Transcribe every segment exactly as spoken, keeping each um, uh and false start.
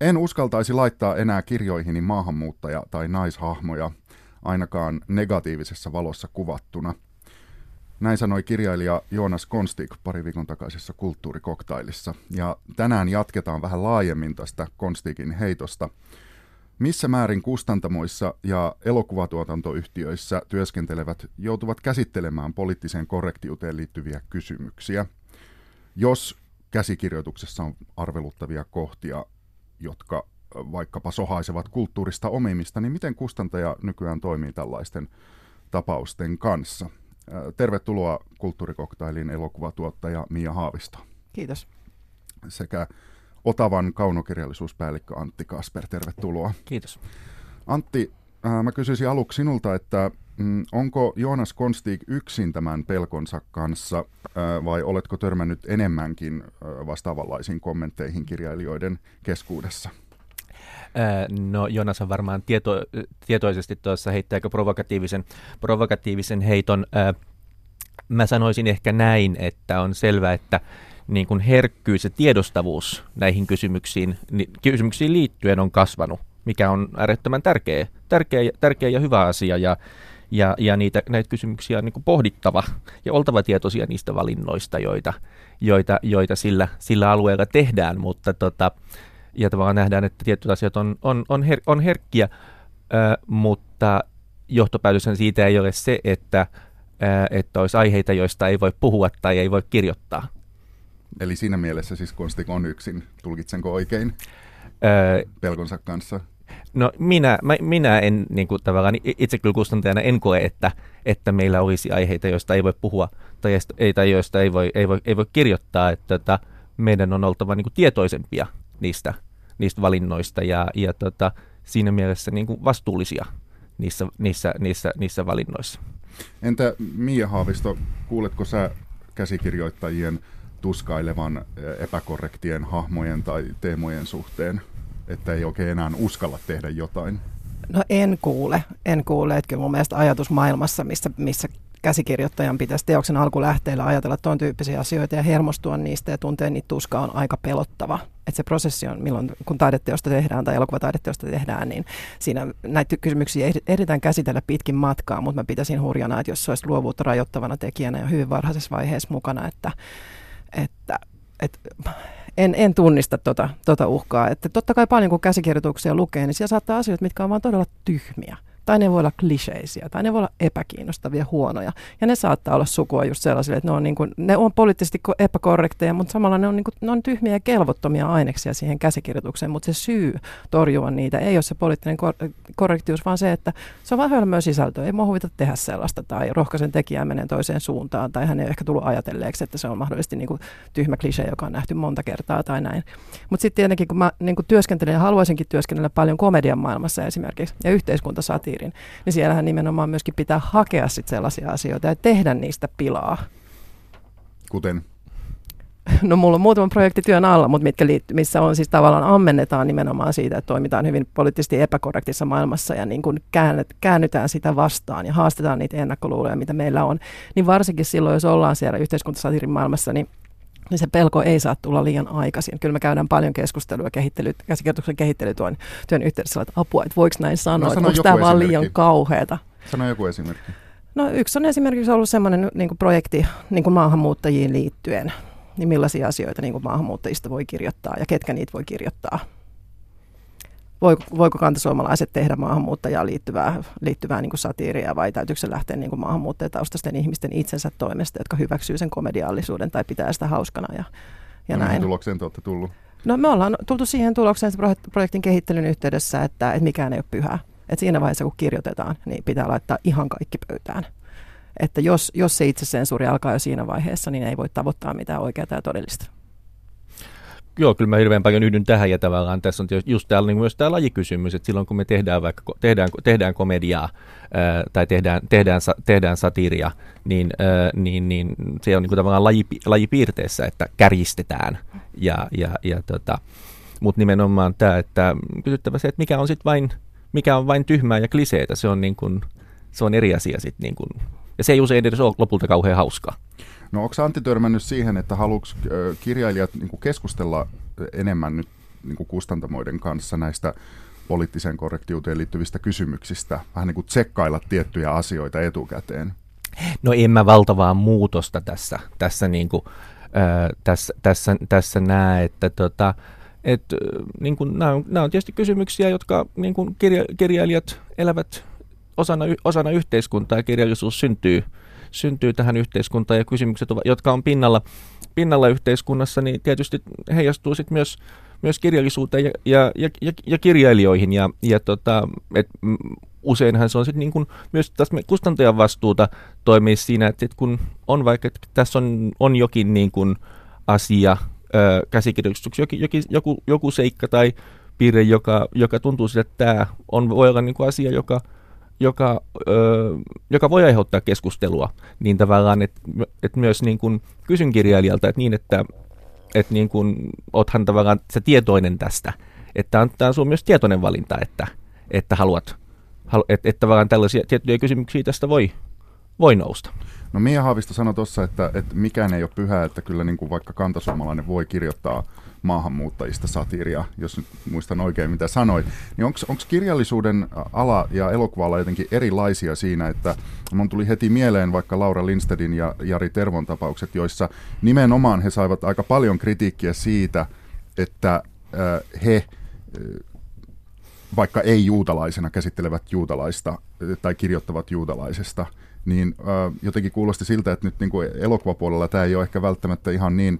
En uskaltaisi laittaa enää kirjoihini maahanmuuttaja- tai naishahmoja, ainakaan negatiivisessa valossa kuvattuna. Näin sanoi kirjailija Joonas Konstig pari viikon takaisessa kulttuurikoktailissa. Ja tänään jatketaan vähän laajemmin tästä Konstigin heitosta. Missä määrin kustantamoissa ja elokuvatuotantoyhtiöissä työskentelevät joutuvat käsittelemään poliittiseen korrektiuteen liittyviä kysymyksiä? Jos käsikirjoituksessa on arveluttavia kohtia, jotka vaikkapa sohaisevat kulttuurista omimista, niin miten kustantaja nykyään toimii tällaisten tapausten kanssa? Tervetuloa kulttuurikoktailiin elokuvatuottaja Mia Haavisto. Kiitos. Sekä Otavan kaunokirjallisuuspäällikkö Antti Kasper, tervetuloa. Kiitos. Antti, äh, mä kysyisin aluksi sinulta, että mm, onko Joonas Konstig yksin tämän pelkonsa kanssa äh, vai oletko törmännyt enemmänkin äh, vastaavanlaisiin kommentteihin kirjailijoiden keskuudessa? No Joonas on varmaan tieto, tietoisesti tuossa heittääkö provokatiivisen, provokatiivisen heiton. Mä sanoisin ehkä näin, että on selvää, että niin kuin herkkyys ja tiedostavuus näihin kysymyksiin, niin kysymyksiin liittyen on kasvanut, mikä on äärettömän tärkeä, tärkeä, tärkeä ja hyvä asia. Ja, ja, ja niitä, näitä kysymyksiä on niin kuin pohdittava ja oltava tietoisia niistä valinnoista, joita, joita, joita sillä, sillä alueella tehdään, mutta tota, ja tavallaan nähdään, että tietyt asiat on, on, on, her, on herkkiä, äh, mutta johtopäätösen siitä ei ole se, että, äh, että olisi aiheita, joista ei voi puhua tai ei voi kirjoittaa. Eli siinä mielessä siis Konstig on yksin, tulkitsenko oikein Äh, pelkonsa kanssa? No minä, mä, minä en niin kuin, tavallaan itse kyllä kustantajana en koe, että, että meillä olisi aiheita, joista ei voi puhua tai, ei, tai joista ei voi, ei voi, ei voi kirjoittaa, että, että meidän on oltava niin kuin tietoisempia niistä, niistä valinnoista ja, ja tota, siinä mielessä niin kuin vastuullisia niissä, niissä, niissä, niissä valinnoissa. Entä Mia Haavisto, kuuletko sä käsikirjoittajien tuskailevan epäkorrektien hahmojen tai teemojen suhteen, että ei oikein enää uskalla tehdä jotain? No en kuule, en kuule, että kyllä mun mielestä ajatusmaailmassa, missä, missä käsikirjoittajan pitäisi teoksen alkulähteillä ajatella tuon tyyppisiä asioita ja hermostua niistä ja tuntea niitä tuskaa on aika pelottava. Että se prosessi on, milloin kun taideteosta tehdään tai elokuvataideteosta tehdään, niin siinä näitä kysymyksiä ehditään käsitellä pitkin matkaa, mutta mä pitäisin hurjana, että jos se olisi luovuutta rajoittavana tekijänä ja hyvin varhaisessa vaiheessa mukana, että, että, että en, en tunnista tota, tota uhkaa. Että totta kai paljon kun käsikirjoituksia lukee, niin siellä saattaa asioita, mitkä on vaan todella tyhmiä. Tai ne voi olla kliseisiä, tai ne voi olla epäkiinnostavia, huonoja. Ja ne saattaa olla sukua just sellaisille, että ne on, niin kuin, ne on poliittisesti epäkorrekteja, mutta samalla ne on, niin kuin, ne on tyhmiä ja kelvottomia aineksia siihen käsikirjoitukseen. Mutta se syy torjua niitä ei ole se poliittinen kor- korrektius, vaan se, että se on vähän hölmöä sisältöä. Ei mua huvita tehdä sellaista, tai rohkaisen tekijää menee toiseen suuntaan, tai hän ei ehkä tullut ajatelleeksi, että se on mahdollisesti niin kuin tyhmä klisee, joka on nähty monta kertaa tai näin. Mutta sitten tietenkin, kun mä niin kuin työskentelen ja haluaisinkin työskennellä paljon komedian maailmassa esimerkiksi, ja yhteiskuntasatiirin, niin siellähän nimenomaan myöskin pitää hakea sit sellaisia asioita ja tehdä niistä pilaa. Kuten? No mulla on muutama projekti työn alla, mutta mitkä liitty, missä on siis tavallaan ammennetaan nimenomaan siitä, että toimitaan hyvin poliittisesti epäkorrektissa maailmassa ja niin kuin käännet, käännytään sitä vastaan ja haastetaan niitä ennakkoluuloja, mitä meillä on. Niin varsinkin silloin, jos ollaan siellä yhteiskuntasatiirin maailmassa, niin niin se pelko ei saa tulla liian aikaisin. Kyllä me käydään paljon keskustelua kehittely, käsikirjoituksen kehittelytyön työn yhteydessä, että apua, että voiko näin sanoa, no, että onko tämä vaan liian kauheata. Sano joku esimerkki. No yksi on esimerkiksi ollut semmoinen niin kuin projekti niin kuin maahanmuuttajiin liittyen, niin millaisia asioita niin kuin maahanmuuttajista voi kirjoittaa ja ketkä niitä voi kirjoittaa. Voiko, voiko kantasuomalaiset tehdä maahanmuuttajaan liittyvää, liittyvää niin kuin satiiria vai täytyykö se lähteä niin kuin maahanmuuttajataustaisten ihmisten itsensä toimesta, jotka hyväksyy sen komediallisuuden tai pitää sitä hauskana ja, ja no, näin. Tulokseen te olette tullut? No me ollaan tultu siihen tulokseen projektin kehittelyn yhteydessä, että, että mikään ei ole pyhää. Että siinä vaiheessa kun kirjoitetaan, niin pitää laittaa ihan kaikki pöytään. Että jos, jos se itsesensuuri alkaa jo siinä vaiheessa, niin ei voi tavoittaa mitään oikeaa ja todellista. Joo, kyllä mä hirveän paljon yhdyn tähän ja tavallaan tässä on just täällä niin myös tämä lajikysymys, että silloin kun me tehdään vaikka tehdään, tehdään komediaa ää, tai tehdään, tehdään, tehdään satiiria, niin, ää, niin, niin se on niin kuin tavallaan laji, lajipiirteessä, että kärjistetään. Ja, ja, ja tota, mutta nimenomaan tämä, että kysyttävä se, että mikä on sitten vain, mikä on vain tyhmää ja kliseitä, se on, niin kuin, se on eri asia sitten. Niin kuin, ja se ei usein edes ole lopulta kauhean hauskaa. No onko Antti törmännyt siihen, että haluatko kirjailijat niin kuin keskustella enemmän nyt niin kuin kustantamoiden kanssa näistä poliittiseen korrektiuteen liittyvistä kysymyksistä, vähän niin kuin tsekkailla tiettyjä asioita etukäteen? No en mä valtavaa muutosta tässä, tässä, niin kuin, äh, tässä, tässä, tässä näe, että tota, et, niin kuin, nämä, on, nämä on tietysti kysymyksiä, jotka niin kuin kirja, kirjailijat elävät osana, osana yhteiskuntaa ja kirjallisuus syntyy, syntyy tähän yhteiskuntaan ja kysymykset, jotka on pinnalla, pinnalla yhteiskunnassa, niin tietysti heijastuu sit myös, myös kirjallisuuteen ja, ja, ja, ja, ja kirjailijoihin ja, ja tota, et, useinhan se on sitten niin kuin myös taas kustantajan vastuuta toimii siinä, että kun on vaikka, että tässä on, on jokin niin kuin asia käsikirjoituksessa, joku, joku, joku seikka tai piirre, joka, joka tuntuu siltä, että tämä on, voi olla niin kuin asia, joka, joka, ö, joka voi aiheuttaa keskustelua, niin tavallaan, että, että myös niin kuin kysyn kirjailijalta, että niin, että, että niin kuin, oothan tavallaan sä tietoinen tästä, että tämä on sun myös tietoinen valinta, että, että haluat Että, että tavallaan tällaisia tiettyjä kysymyksiä tästä voi, voi nousta. No Mia Haavisto sanoi tuossa, että, että mikään ei ole pyhää, että kyllä niin kuin vaikka kantasuomalainen voi kirjoittaa maahanmuuttajista satiiria, jos nyt muistan oikein mitä sanoit. Niin onko kirjallisuuden ala ja elokuva-ala jotenkin erilaisia siinä, että mun tuli heti mieleen vaikka Laura Lindstedin ja Jari Tervon tapaukset, joissa nimenomaan he saivat aika paljon kritiikkiä siitä, että äh, he... Äh, vaikka ei juutalaisena käsittelevät juutalaista tai kirjoittavat juutalaisesta, niin äh, jotenkin kuulosti siltä, että nyt niin kuin elokuvapuolella tämä ei ole ehkä välttämättä ihan niin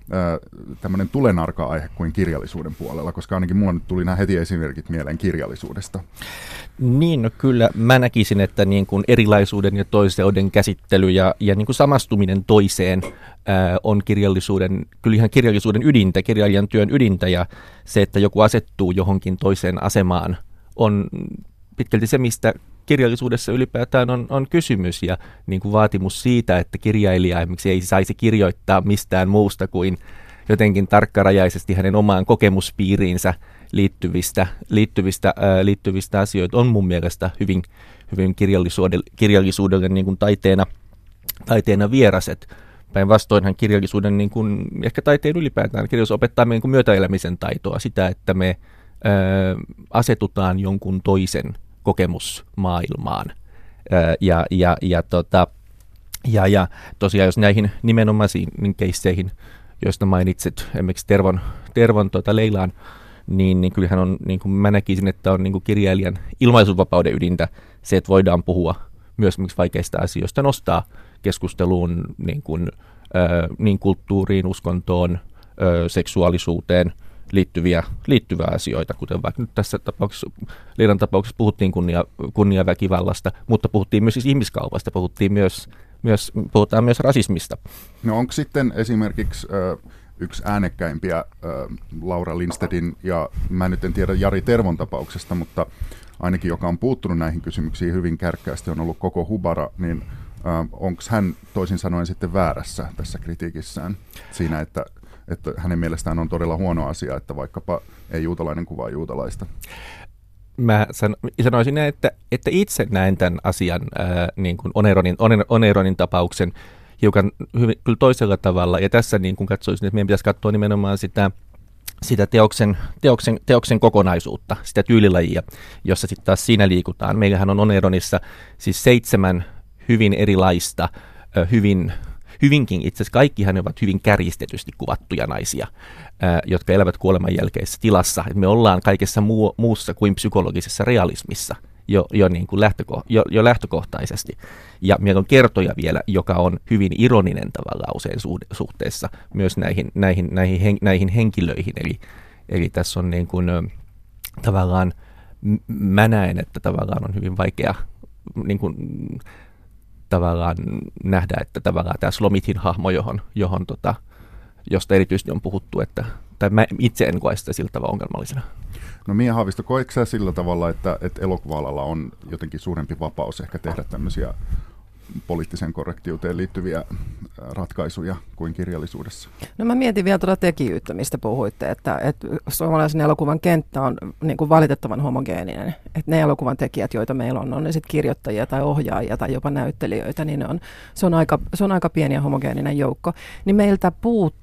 äh, tämmöinen tulenarka-aihe kuin kirjallisuuden puolella, koska ainakin mulla nyt tuli nämä heti esimerkit mieleen kirjallisuudesta. Niin, no kyllä mä näkisin, että niin kuin erilaisuuden ja toiseuden käsittely ja, ja niin kuin samastuminen toiseen ää, on kirjallisuuden, kyllä ihan kirjallisuuden ydintä, kirjailijan työn ydintä, ja se, että joku asettuu johonkin toiseen asemaan, on pitkälti se, mistä kirjallisuudessa ylipäätään on, on kysymys, ja niin kuin vaatimus siitä, että kirjailija esimerkiksi ei saisi kirjoittaa mistään muusta kuin jotenkin tarkkarajaisesti hänen omaan kokemuspiiriinsä liittyvistä, liittyvistä, ää, liittyvistä asioita on mun mielestä hyvin, hyvin kirjallisuudelle, kirjallisuudelle niin kuin taiteena, taiteena vieras. Päinvastoinhan kirjallisuuden, niin kuin, ehkä taiteen ylipäätään, kirjallisuus opettaa meidän niin myötäelämisen taitoa, sitä, että me ää, asetutaan jonkun toisen kokemusmaailmaan. Ää, ja, ja, ja, tota, ja, ja tosiaan jos näihin nimenomaisiin keisseihin, joista mainitsit, esimerkiksi Tervon, Tervon tota Leilaan, niin, niin kyllähän on, niin kuin mä näkisin, että on niin kuin kirjailijan ilmaisuvapauden ydintä se, että voidaan puhua myös vaikeista asioista, nostaa keskusteluun niin, kuin, ö, niin kulttuuriin, uskontoon, ö, seksuaalisuuteen liittyviä, liittyviä asioita, kuten vaikka nyt tässä tapauksessa, Leilan tapauksessa puhuttiin kunnia, kunniaväkivallasta, mutta puhuttiin myös siis ihmiskaupasta, puhuttiin myös, myös, puhutaan myös rasismista. No onko sitten esimerkiksi ö, yksi äänekkäimpiä ö, Laura Lindstedin, ja mä nyt en tiedä Jari Tervon tapauksesta, mutta ainakin joka on puuttunut näihin kysymyksiin hyvin kärkkäästi, on ollut koko Hubara, niin onko hän toisin sanoen sitten väärässä tässä kritiikissään siinä, että, että hänen mielestään on todella huono asia, että vaikkapa ei juutalainen kuvaa juutalaista? Mä sanoisin, että, että itse näen tämän asian, ää, niin kuin Oneironin, Oneironin tapauksen hiukan hyvin, kyllä toisella tavalla, ja tässä niin kuin katsoisin, että meidän pitäisi katsoa nimenomaan sitä, sitä teoksen, teoksen, teoksen kokonaisuutta, sitä tyylilajia, jossa sitten taas siinä liikutaan. Meillähän on Oneironissa siis seitsemän hyvin erilaista, hyvin, hyvinkin itse asiassa kaikkihan ne ovat hyvin kärjistetysti kuvattuja naisia, jotka elävät kuoleman jälkeisessä tilassa. Me ollaan kaikessa muu, muussa kuin psykologisessa realismissa jo, jo, niin kuin lähtöko, jo, jo lähtökohtaisesti. Ja meillä on kertoja vielä, joka on hyvin ironinen tavallaan usein suhteessa myös näihin, näihin, näihin, hen, näihin henkilöihin. Eli, eli tässä on niin kuin, tavallaan, mä näen, että tavallaan on hyvin vaikea niin kuin, tavallaan nähdä, että tavallaan tämä Slomithin hahmo, johon, johon tota, josta erityisesti on puhuttu, että, tai mä itse en koe sitä sillä tavalla ongelmallisena. No Mia Haavisto, koetko sä sillä tavalla, että, että elokuva-alalla on jotenkin suurempi vapaus ehkä tehdä tämmöisiä poliittisen korrektiuteen liittyviä ratkaisuja kuin kirjallisuudessa? No mä mietin vielä tuota tekijyyttä, mistä puhuitte, että, että suomalaisen elokuvan kenttä on niin kuin valitettavan homogeeninen. Että ne elokuvan tekijät, joita meillä on, on ne sitten kirjoittajia tai ohjaajia tai jopa näyttelijöitä, niin ne on, se, on aika, se on aika pieni ja homogeeninen joukko. Niin meiltä puuttuu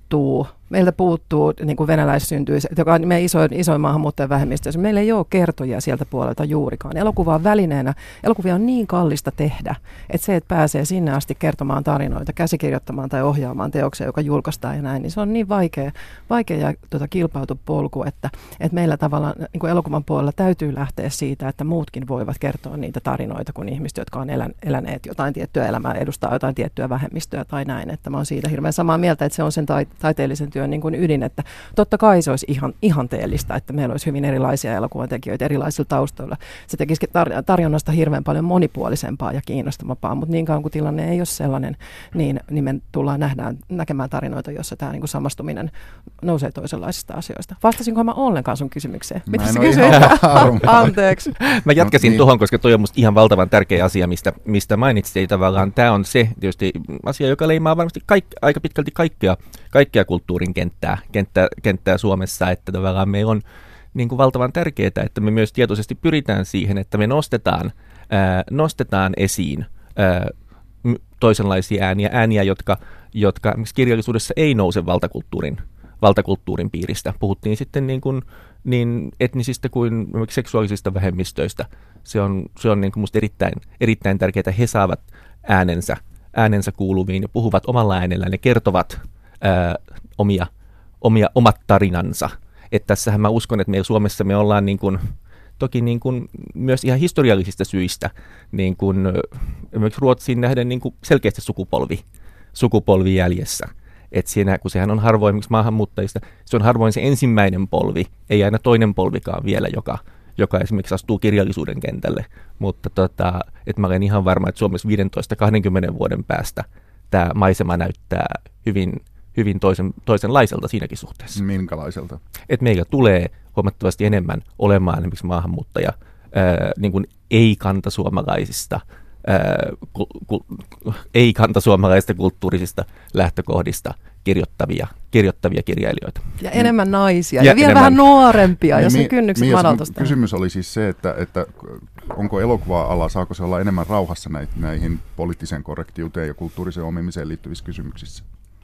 puuttuu, meiltä puuttuu niin kuin venäläissyntyis, joka on meidän isoin, isoin maahanmuuttajavähemmistö. Meillä ei ole kertojia sieltä puolelta juurikaan. Elokuva on välineenä. Elokuvia on niin kallista tehdä, että se, että pääsee sinne asti kertomaan tarinoita, käsikirjoittamaan tai ohjaamaan teoksia, joka julkaistaan ja näin, niin se on niin vaikea, vaikea ja tuota, kilpailutu polku, että, että meillä tavallaan niin kuin elokuvan puolella täytyy lähteä siitä, että muutkin voivat kertoa niitä tarinoita kuin ihmiset, jotka on elän, eläneet jotain tiettyä elämää, edustaa jotain tiettyä vähemmistöä tai näin. Että mä oon siitä hirveän samaa mieltä, että se on sen tai, taiteellisen työn niin kuin ydin, että totta kai se olisi ihan ihanteellista, että meillä olisi hyvin erilaisia elokuvantekijöitä erilaisilla taustoilla. Se tekisi tar- tarjonnasta hirveän paljon monipuolisempaa ja kiinnostavampaa, mutta niin kauan kuin tilanne ei ole sellainen, niin, niin me tullaan nähdään, näkemään tarinoita, jossa tämä niin kuin samastuminen nousee toisenlaisista asioista. Vastasinko mä ollenkaan sun kysymykseen? Mitä sä kysyit? Anteeksi. Mä jatkasin no, niin. tuohon, koska toi on musta ihan valtavan tärkeä asia, mistä, mistä mainitsit. Tavallaan tämä on se tietysti asia, joka leimaa varmasti kaik, aika pitkälti kaikkea, kaikkea kulttuurin kenttää, kenttää, kenttää Suomessa, että tavallaan meillä on niin kuin valtavan tärkeää, että me myös tietoisesti pyritään siihen, että me nostetaan, ää, nostetaan esiin ää, toisenlaisia ääniä, ääniä jotka, jotka kirjallisuudessa ei nouse valtakulttuurin, valtakulttuurin piiristä. Puhuttiin sitten niin, kuin, niin etnisistä kuin seksuaalisista vähemmistöistä. Se on, se on niin kuin musta erittäin, erittäin tärkeää, että he saavat äänensä, äänensä kuuluviin ja puhuvat omalla äänellään ja kertovat ää, omia, omia, omat tarinansa. Että tässähän mä uskon, että meillä Suomessa me ollaan niin kuin, toki niin kuin myös ihan historiallisista syistä niin kuin, esimerkiksi Ruotsiin nähden niin kuin selkeästi sukupolvi, sukupolvi jäljessä. Että siinä, kun sehän on harvoin esimerkiksi maahanmuuttajista, se on harvoin se ensimmäinen polvi, ei aina toinen polvikaan vielä, joka, joka esimerkiksi astuu kirjallisuuden kentälle. Mutta tota, että mä olen ihan varma, että Suomessa viisitoista kaksikymmentä vuoden päästä tämä maisema näyttää hyvin, hyvin toisen, toisenlaiselta siinäkin suhteessa. Minkälaiselta? Että meillä tulee huomattavasti enemmän olemaan esimerkiksi maahanmuuttaja ää, niin kuin ei-kantasuomalaisista, ää, ku, ku, ei-kantasuomalaisista kulttuurisista lähtökohdista kirjoittavia, kirjoittavia kirjailijoita. Ja enemmän naisia, ja, ja ja vielä vähän nuorempia, niin, jos se kynnykset mi- madaltaisi. Kysymys oli siis se, että, että onko elokuva-ala, saako se olla enemmän rauhassa näihin poliittiseen korrektiuteen ja kulttuuriseen omimiseen liittyvissä kysymyksissä?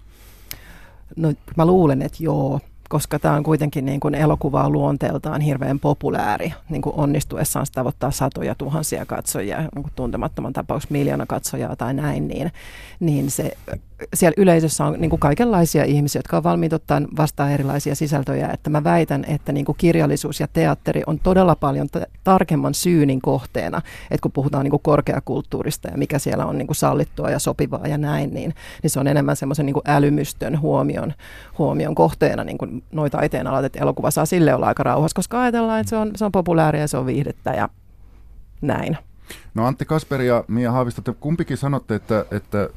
No mä luulen, että joo, koska tämä on kuitenkin niin kuin elokuvaa luonteeltaan hirveän populääri, niin kuin onnistuessaan se tavoittaa satoja tuhansia katsojia, niin kuin tuntemattoman tapauksessa miljoona katsojaa tai näin, niin, niin se, siellä yleisössä on niin kuin kaikenlaisia ihmisiä, jotka on valmiita ottaa vastaan erilaisia sisältöjä, että mä väitän, että niin kuin kirjallisuus ja teatteri on todella paljon t- tarkemman syynin kohteena, että kun puhutaan niin kuin korkeakulttuurista ja mikä siellä on niin kuin sallittua ja sopivaa ja näin, niin, niin se on enemmän semmoisen niin kuin älymystön huomion, huomion kohteena, niin kuin noi taiteen alat, että elokuva saa sille olla aika rauhassa, koska ajatellaan, että se on, se on populääriä ja se on viihdettä ja näin. No Antti Kasperi ja Mia Haavisto, te kumpikin sanotte, että, että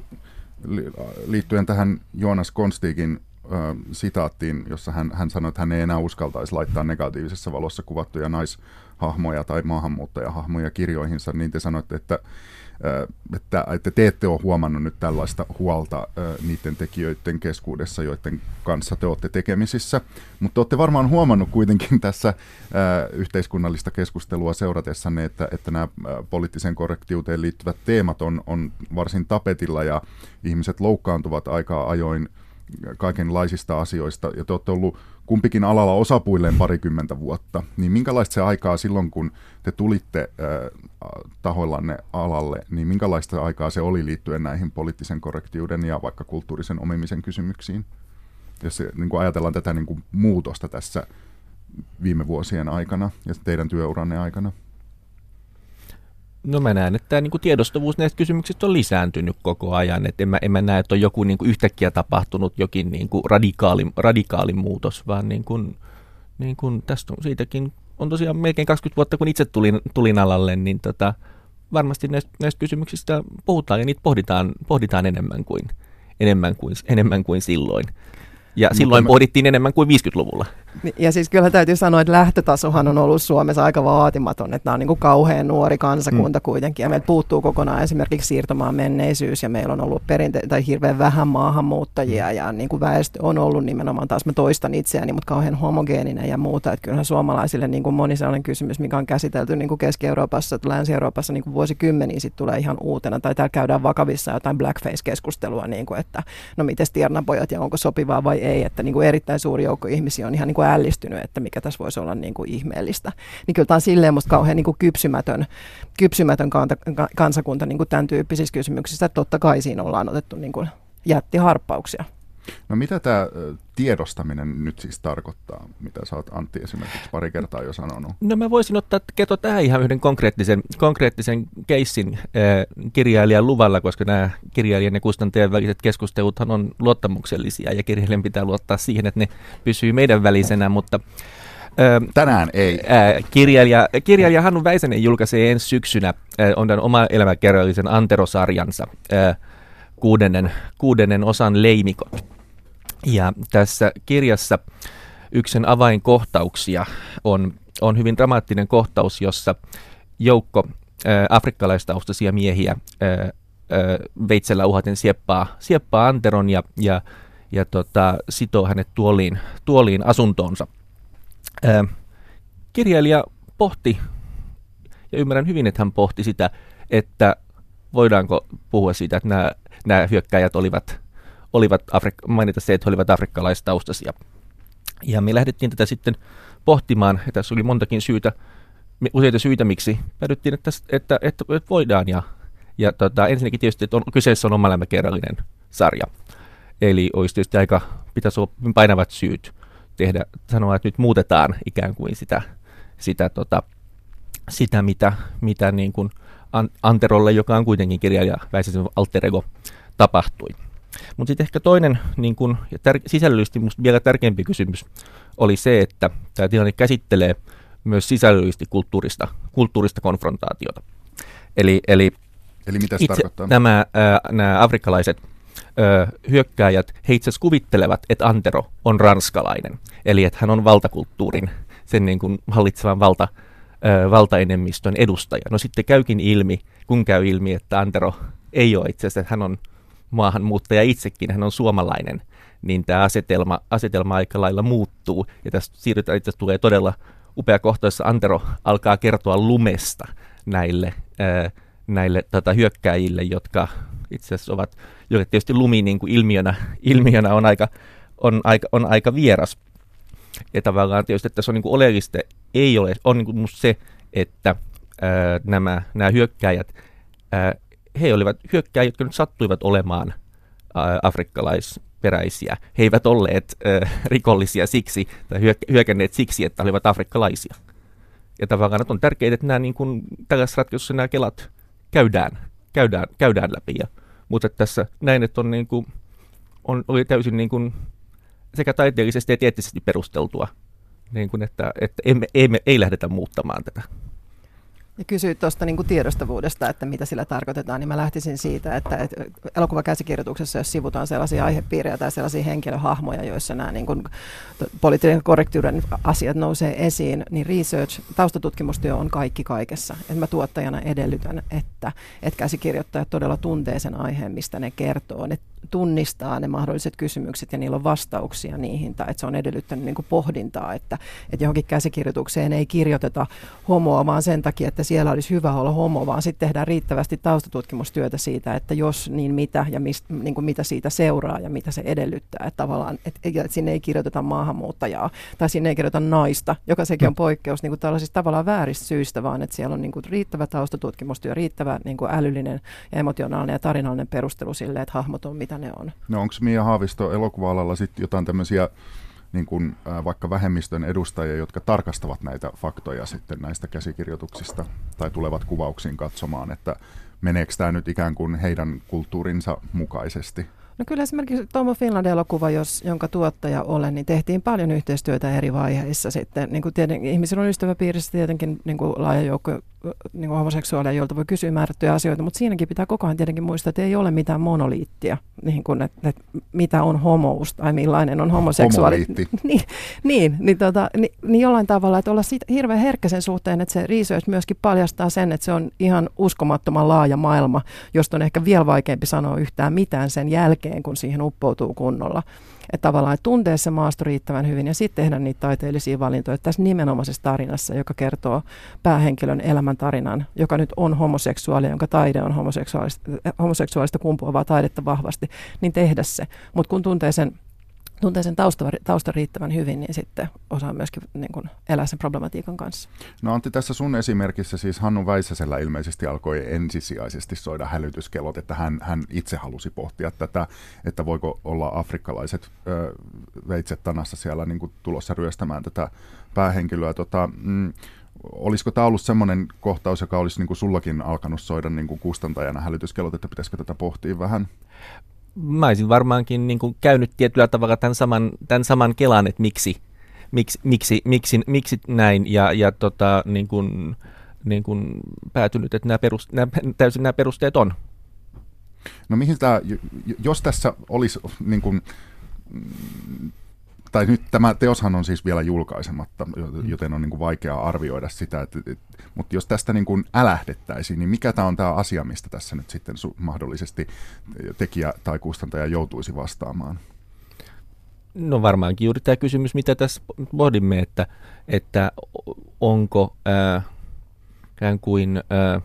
liittyen tähän Joonas Konstikin sitaattiin, jossa hän, hän sanoi, että hän ei enää uskaltaisi laittaa negatiivisessa valossa kuvattuja naishahmoja tai maahanmuuttajahahmoja kirjoihinsa, niin te sanoitte, että Että, että te ette ole huomannut nyt tällaista huolta äh, niiden tekijöiden keskuudessa, joiden kanssa te olette tekemisissä, mutta olette varmaan huomannut kuitenkin tässä äh, yhteiskunnallista keskustelua seuratessanne, että, että nämä äh, poliittiseen korrektiuteen liittyvät teemat on, on varsin tapetilla ja ihmiset loukkaantuvat aika ajoin kaikenlaisista asioista, ja te olette ollut kumpikin alalla osapuilleen parikymmentä vuotta, niin minkälaista se aikaa silloin, kun te tulitte äh, tahoillanne alalle, niin minkälaista aikaa se oli liittyen näihin poliittisen korrektiuden ja vaikka kulttuurisen omimisen kysymyksiin? Jos se, niin kuin ajatellaan tätä niin kuin muutosta tässä viime vuosien aikana ja teidän työuranne aikana. No mä näen, että tämä niin kuin tiedostavuus näistä kysymyksistä on lisääntynyt koko ajan. Et en, mä, en mä näe, että on joku niin kuin yhtäkkiä tapahtunut jokin niin kuin radikaali, radikaali muutos, vaan niin kuin, niin kuin tästä on siitäkin on tosiaan melkein kaksikymmentä vuotta, kun itse tulin, tulin alalle, niin tota, varmasti näistä, näistä kysymyksistä puhutaan ja niitä pohditaan, pohditaan enemmän, kuin, enemmän, kuin, enemmän kuin silloin. Ja Mutta silloin me... pohdittiin enemmän kuin viisikymmentäluvulla. Ja siis kyllä täytyy sanoa, että lähtötasohan on ollut Suomessa aika vaatimaton, että nämä on niin kuin kauhean nuori kansakunta mm. kuitenkin, ja meiltä puuttuu kokonaan esimerkiksi siirtomaan menneisyys, ja meillä on ollut perinte- tai hirveän vähän maahanmuuttajia, mm. ja niin kuin väestö on ollut nimenomaan, taas mä toistan itseäni, mutta kauhean homogeeninen ja muuta, että kyllähän suomalaisille niin kuin moni sellainen kysymys, mikä on käsitelty niin kuin Keski-Euroopassa, Länsi-Euroopassa niin kuin vuosikymmeniä sitten tulee ihan uutena, tai täällä käydään vakavissa jotain blackface-keskustelua, niin kuin, että no miten tiernapojat ja onko sopivaa vai ei, että niin kuin erittäin suuri joukko ihmisiä on ihan niin kuin ällistynyt, että mikä tässä voisi olla niin kuin ihmeellistä. Niin kyllä tämä on silleen musta kauhean niin kuin kypsymätön, kypsymätön kanta, kansakunta niin kuin tämän tyyppisissä kysymyksissä, että totta kai siinä ollaan otettu niin kuin jättiharppauksia. No mitä tämä tiedostaminen nyt siis tarkoittaa, mitä sä oot Antti esimerkiksi pari kertaa jo sanonut? No mä voisin ottaa keto tähän ihan yhden konkreettisen, konkreettisen keissin äh, kirjailijan luvalla, koska nämä kirjailijan ja kustantajan väliset keskusteluthan on luottamuksellisia ja kirjailijan pitää luottaa siihen, että ne pysyy meidän välisenä, mutta äh, tänään ei. Äh, kirjailija, kirjailija Hannu Väisänen julkaisee ensi syksynä äh, on tämän oma elämäkerrallisen Antero-sarjansa äh, kuudennen, kuudennen osan Leimikot. Ja tässä kirjassa yksi sen avainkohtauksia on, on hyvin dramaattinen kohtaus, jossa joukko ää, afrikkalaistaustaisia miehiä ää, ää, veitsellä uhaten sieppaa, sieppaa Anteron ja, ja, ja tota, sitoo hänet tuoliin, tuoliin asuntoonsa. Ää, kirjailija pohti, ja ymmärrän hyvin, että hän pohti sitä, että voidaanko puhua siitä, että nämä, nämä hyökkäjät olivat olivat Afrik- mainita se, että he olivat afrikkalaistaustaisia. Ja me lähdettiin tätä sitten pohtimaan, ja tässä oli montakin syytä, useita syitä, miksi päädyttiin, että, että, että, että voidaan. Ja, ja tota, ensinnäkin tietysti, että on, kyseessä on omaelämäkerrallinen sarja. Eli olisi tietysti aika, pitäisi olla painavat syyt tehdä, sanoa, että nyt muutetaan ikään kuin sitä, sitä, tota, sitä mitä, mitä niin kuin Anterolle, joka on kuitenkin kirjailija Väisäsen alter ego, tapahtui. Mutta sitten ehkä toinen niin kun, ja tär- sisällöllisesti musta vielä tärkeämpi kysymys oli se, että tämä tilanne käsittelee myös sisällöllisesti kulttuurista, kulttuurista konfrontaatiota. Eli, eli, eli mitä se tarkoittaa? Nämä, äh, nämä afrikkalaiset äh, hyökkääjät, he itse asiassa kuvittelevat, että Antero on ranskalainen. Eli että hän on valtakulttuurin, sen niin kun hallitsevan valta, äh, valtaenemmistön edustaja. No sitten käykin ilmi, kun käy ilmi, että Antero ei ole itse asiassa, että hän on maahanmuuttaja itsekin, hän on suomalainen, niin tämä asetelma, asetelma aika lailla muuttuu. Ja tässä siirrytään, itse tulee todella upea kohta, jossa Antero alkaa kertoa lumesta näille, ää, näille tota, hyökkääjille, jotka itse asiassa ovat, jotka tietysti lumi niin kuin ilmiönä, ilmiönä on, aika, on, aika, on aika vieras. Ja tavallaan tietysti, että tässä on niin kuin oleellista, ei ole, on niin kuin musta se, että ää, nämä, nämä hyökkääjät, ää, he olivat hyökkääjät, jotka nyt sattuivat olemaan ää, afrikkalaisperäisiä. He eivät olleet ää, rikollisia siksi, tai hyök- hyökänneet siksi, että olivat afrikkalaisia. Ja tavallaan on tärkeää, että nämä, niin kuin, tällaisessa ratkaisussa nämä kelat käydään, käydään, käydään läpi. Ja, mutta tässä näin, että on, niin kuin, on, oli täysin niin kuin, sekä taiteellisesti että eettisesti perusteltua, niin kuin, että, että emme, emme, ei lähdetä muuttamaan tätä. Ja kysyit tuosta niin kuin tiedostavuudesta, että mitä sillä tarkoitetaan, niin mä lähtisin siitä, että, että elokuvakäsikirjoituksessa, jos sivutaan sellaisia aihepiirejä tai sellaisia henkilöhahmoja, joissa nämä niin kuin poliittisen korrektiuden asiat nousee esiin, niin research, taustatutkimustyö on kaikki kaikessa. Et mä tuottajana edellytän, että, että käsikirjoittajat todella tuntee sen aiheen, mistä ne kertoo. Ne tunnistaa ne mahdolliset kysymykset ja niillä on vastauksia niihin, tai että se on edellyttänyt niin kuin pohdintaa, että, että johonkin käsikirjoitukseen ei kirjoiteta homoa vaan sen takia, että siellä olisi hyvä olla homo, vaan sitten tehdään riittävästi taustatutkimustyötä siitä, että jos niin mitä ja mist, niin kuin mitä siitä seuraa ja mitä se edellyttää. Että tavallaan, että, että sinne ei kirjoiteta maahanmuuttajaa tai sinne ei kirjoiteta naista, joka sekin on poikkeus niin kuin tällaisista tavallaan vääristä syistä, vaan että siellä on niin kuin riittävä taustatutkimustyö, riittävä niin kuin älyllinen ja emotionaalinen ja tarinallinen perustelu sille, että hahmot on mitä ne on. No onko Mia Haavisto elokuva-alalla sitten jotain tämmöisiä niin kuin, äh, vaikka vähemmistön edustajia, jotka tarkastavat näitä faktoja sitten näistä käsikirjoituksista tai tulevat kuvauksiin katsomaan, että meneekö tämä nyt ikään kuin heidän kulttuurinsa mukaisesti? No kyllä esimerkiksi Tom Finland-elokuva, jos, jonka tuottaja olen, niin tehtiin paljon yhteistyötä eri vaiheissa sitten. Niin kuin tieten, ihmisillä on ystäväpiirissä tietenkin niin kuin laaja joukko niin kuin homoseksuaaleja, joilta voi kysyä määrättyjä asioita, mutta siinäkin pitää koko ajan tietenkin muistaa, että ei ole mitään monoliittia, niin kuin, että, että mitä on homous tai millainen on homoseksuaali. niin, niin, niin, tota, niin, niin jollain tavalla, että olla siitä hirveän herkkä sen suhteen, että se research myöskin paljastaa sen, että se on ihan uskomattoman laaja maailma, josta on ehkä vielä vaikeampi sanoa yhtään mitään sen jälkeen, kun siihen uppoutuu kunnolla. Että tavallaan että tuntee se maasto riittävän hyvin ja sitten tehdä niitä taiteellisia valintoja. Tässä nimenomaisessa tarinassa, joka kertoo päähenkilön elämäntarinan, joka nyt on homoseksuaali, jonka taide on homoseksuaalista, homoseksuaalista kumpuavaa taidetta vahvasti, niin tehdä se. Mutta kun tuntee sen, tuntee sen tausta, tausta riittävän hyvin, niin sitten osaa myöskin niin kun elää sen problematiikan kanssa. No Antti, tässä sun esimerkissä siis Hannu Väisäsellä ilmeisesti alkoi ensisijaisesti soida hälytyskellot, että hän, hän itse halusi pohtia tätä, että voiko olla afrikkalaiset ö, veitset tanassa siellä niin kuin tulossa ryöstämään tätä päähenkilöä. Tota, mm, olisiko tämä ollut semmoinen kohtaus, joka olisi niin kuin sullakin alkanut soida niin kuin kustantajana hälytyskellot, että pitäisikö tätä pohtia vähän? Mä olisin varmaankin niin kuin käynyt tietyllä tavalla tämän saman, tämän saman kelan, että miksi, miksi, miksi, miksi, miksi näin, ja, ja tota, niin kuin, niin kuin päätynyt, että nämä, perust, nämä, täysin nämä perusteet on. No mihin tämä, jos tässä olisi, niin kuin, tai nyt tämä teoshan on siis vielä julkaisematta, joten on niin kuin vaikea arvioida sitä, että, mutta jos tästä niin kuin älähdettäisiin, niin mikä tämä on tämä asia, mistä tässä nyt sitten su- mahdollisesti tekijä tai kustantaja joutuisi vastaamaan? No varmaankin juuri tämä kysymys, mitä tässä pohdimme, että, että onko äh, ikään kuin, äh,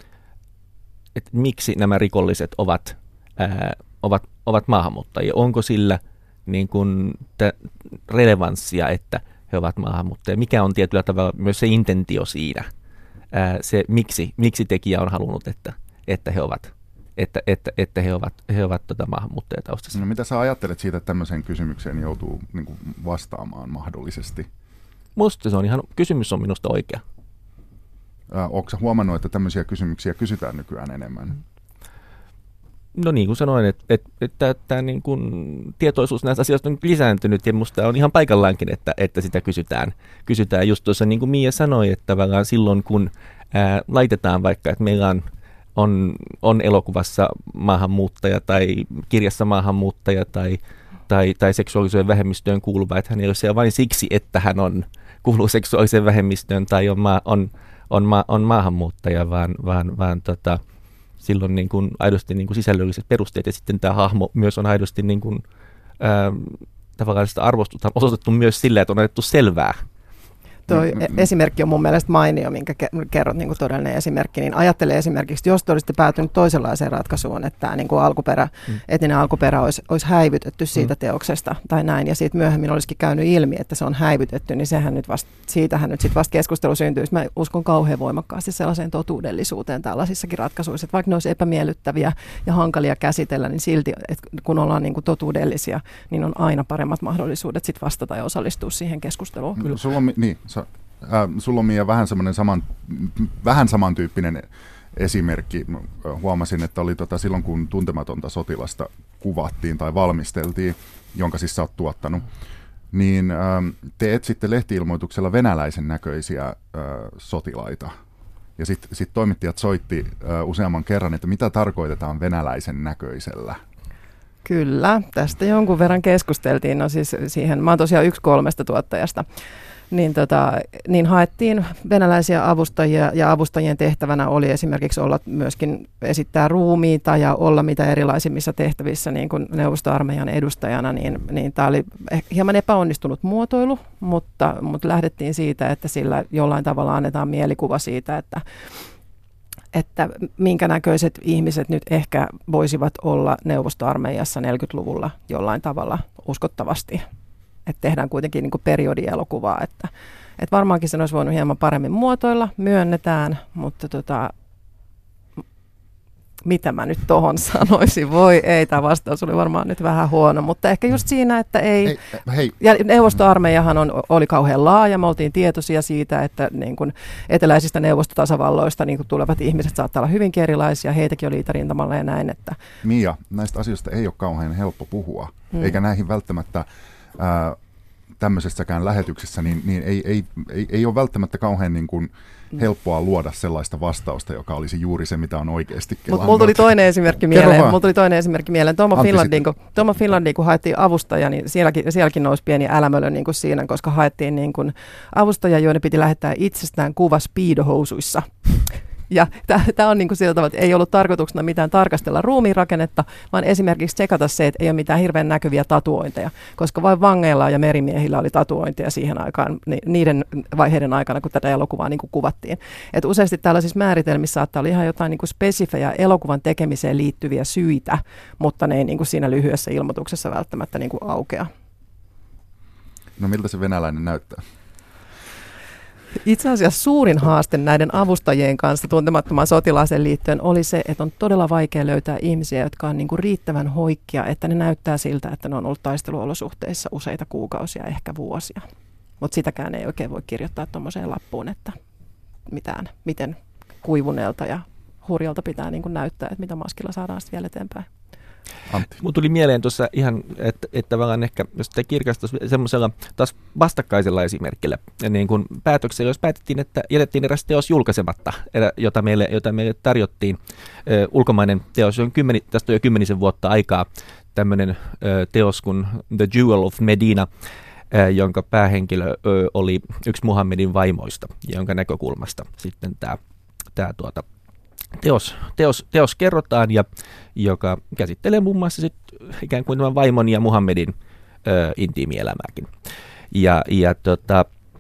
että miksi nämä rikolliset ovat, äh, ovat, ovat maahanmuuttajia, onko sillä niin kuin t- relevanssia, että he ovat maahanmuuttajia. Mikä on tietyllä tavalla myös se intentio siinä, ää, se miksi, miksi tekijä on halunnut, että, että he ovat, että, että, että he ovat, he ovat tota maahanmuuttajataustassa. No mitä sä ajattelet siitä, että tämmöiseen kysymykseen joutuu niin kuin vastaamaan mahdollisesti? Musta se on ihan, kysymys on minusta oikea. Ää, ootko sä huomannut, että tämmöisiä kysymyksiä kysytään nykyään enemmän? No niin kuin sanoin, että, että, että tämä niin kuin tietoisuus näistä asioista on lisääntynyt ja musta on ihan paikallaankin, että, että sitä kysytään. Kysytään just tuossa, niin kuin Mia sanoi, että tavallaan silloin kun ää, laitetaan vaikka, että meillä on, on, on elokuvassa maahanmuuttaja tai kirjassa maahanmuuttaja tai, tai, tai seksuaalisuuden vähemmistöön kuuluva, että hän ei ole siellä vain siksi, että hän on, kuuluu seksuaaliseen vähemmistöön tai on, maa, on, on, maa, on maahanmuuttaja, vaan, vaan, vaan tota, silloin niin kuin aidosti niin kuin sisällölliset perusteet ja sitten tämä hahmo myös on aidosti niin kuin, ää, tavallaan sitä arvostusta osoitettu myös sillä, että on otettu selvää. Tuo esimerkki on mun mielestä mainio, minkä kerrot niin kuin todellinen esimerkki. Niin ajattele esimerkiksi, jos te olisitte päätynyt toisenlaiseen ratkaisuun, että tämä niin kuin alkuperä, mm. etninen alkuperä olisi, olisi häivytetty siitä mm. teoksesta tai näin, ja siitä myöhemmin olisikin käynyt ilmi, että se on häivytetty, niin sehän nyt vasta, siitähän nyt sitten vasta keskustelu syntyisi. Mä uskon kauhean voimakkaasti sellaiseen totuudellisuuteen tällaisissakin ratkaisuissa, että vaikka ne olisi epämiellyttäviä ja hankalia käsitellä, niin silti, että kun ollaan niin kuin totuudellisia, niin on aina paremmat mahdollisuudet sit vastata ja osallistua siihen keskusteluun. Kyllä. Sulla on, niin. Äh, sulla on Mia vähän, saman, vähän samantyyppinen esimerkki. Huomasin, että oli tota, silloin kun Tuntematonta sotilasta kuvattiin tai valmisteltiin, jonka siis sä oot tuottanut, niin äh, te etsitte lehti-ilmoituksella venäläisen näköisiä äh, sotilaita. Ja sitten sit toimittajat soitti äh, useamman kerran, että mitä tarkoitetaan venäläisen näköisellä. Kyllä, tästä jonkun verran keskusteltiin. No siis siihen, mä oon tosiaan yksi kolmesta tuottajasta. Niin, tota, niin haettiin venäläisiä avustajia ja avustajien tehtävänä oli esimerkiksi olla myöskin esittää ruumiita ja olla mitä erilaisimmissa tehtävissä niin kuin neuvostoarmeijan edustajana. Niin, niin tämä oli hieman epäonnistunut muotoilu, mutta, mutta lähdettiin siitä, että sillä jollain tavalla annetaan mielikuva siitä, että että minkä näköiset ihmiset nyt ehkä voisivat olla neuvostoarmeijassa neljäkymmentäluvulla jollain tavalla uskottavasti. Että tehdään kuitenkin niin kuin periodielokuvaa, että, että varmaankin sen olisi voinut hieman paremmin muotoilla, myönnetään, mutta tota, mitä mä nyt tohon sanoisin, voi ei, tämä vastaus oli varmaan nyt vähän huono, mutta ehkä just siinä, että ei, ei hei. Ja neuvostoarmeijahan on, oli kauhean laaja, me oltiin tietoisia siitä, että niin kuin eteläisistä neuvostotasavalloista niin kuin tulevat ihmiset saattaa olla hyvinkin erilaisia, heitäkin oli itärintamalla ja näin. Että Mia, näistä asioista ei ole kauhean helppo puhua, hmm. eikä näihin välttämättä Ää, tämmöisessäkään lähetyksessä, niin, niin ei, ei, ei, ei ole välttämättä kauhean niin kuin helppoa luoda sellaista vastausta, joka olisi juuri se, mitä on oikeasti kelannut. Mulla tuli toinen esimerkki mieleen. Mulla tuli toinen esimerkki mieleen. Tomo Finlandin, kun, Tomo Finlandin, kun haettiin avustaja, niin sielläkin, sielläkin nousi pieni älämölö niin kuin siinä, koska haettiin niin kuin avustajia, joiden piti lähettää itsestään kuva speedohousuissa. Ja tämä on niin kuin sillä tavalla, että ei ollut tarkoituksena mitään tarkastella ruumiinrakennetta, vaan esimerkiksi tsekata se, että ei ole mitään hirveän näkyviä tatuointeja, koska vain vangeilla ja merimiehillä oli tatuointeja siihen aikaan, niiden vaiheiden aikana, kun tätä elokuvaa niin kuin kuvattiin. Et useasti tällaisissa määritelmissä saattaa olla ihan jotain niin kuin spesifejä elokuvan tekemiseen liittyviä syitä, mutta ne ei niin kuin siinä lyhyessä ilmoituksessa välttämättä niin kuin aukea. No miltä se venäläinen näyttää? Itse asiassa suurin haaste näiden avustajien kanssa tuntemattomaan sotilaaseen liittyen oli se, että on todella vaikea löytää ihmisiä, jotka on niin kuin riittävän hoikkia, että ne näyttää siltä, että ne on ollut taisteluolosuhteissa useita kuukausia, ehkä vuosia. Mutta sitäkään ei oikein voi kirjoittaa tuommoiseen lappuun, että mitään, miten kuivuneelta ja hurjalta pitää niin kuin näyttää, että mitä maskilla saadaan sitten vielä eteenpäin. Antti. Mun tuli mieleen tuossa ihan, että, että tavallaan ehkä, jos sitä kirkastaisi semmoisella taas vastakkaisella esimerkillä, niin kuin päätöksellä, jos päätettiin, että jätettiin eräs teos julkaisematta, jota meille, jota meille tarjottiin, ö, ulkomainen teos, on kymmeni, tästä on jo kymmenisen vuotta aikaa, tämmöinen ö, teos kuin The Jewel of Medina, ö, jonka päähenkilö ö, oli yksi Muhammedin vaimoista, jonka näkökulmasta sitten tämä tää tuota Teos, teos, teos kerrotaan, ja, joka käsittelee muun muassa sit ikään kuin tämän vaimon ja Muhammedin ö, intiimielämääkin. Ja, ja tota,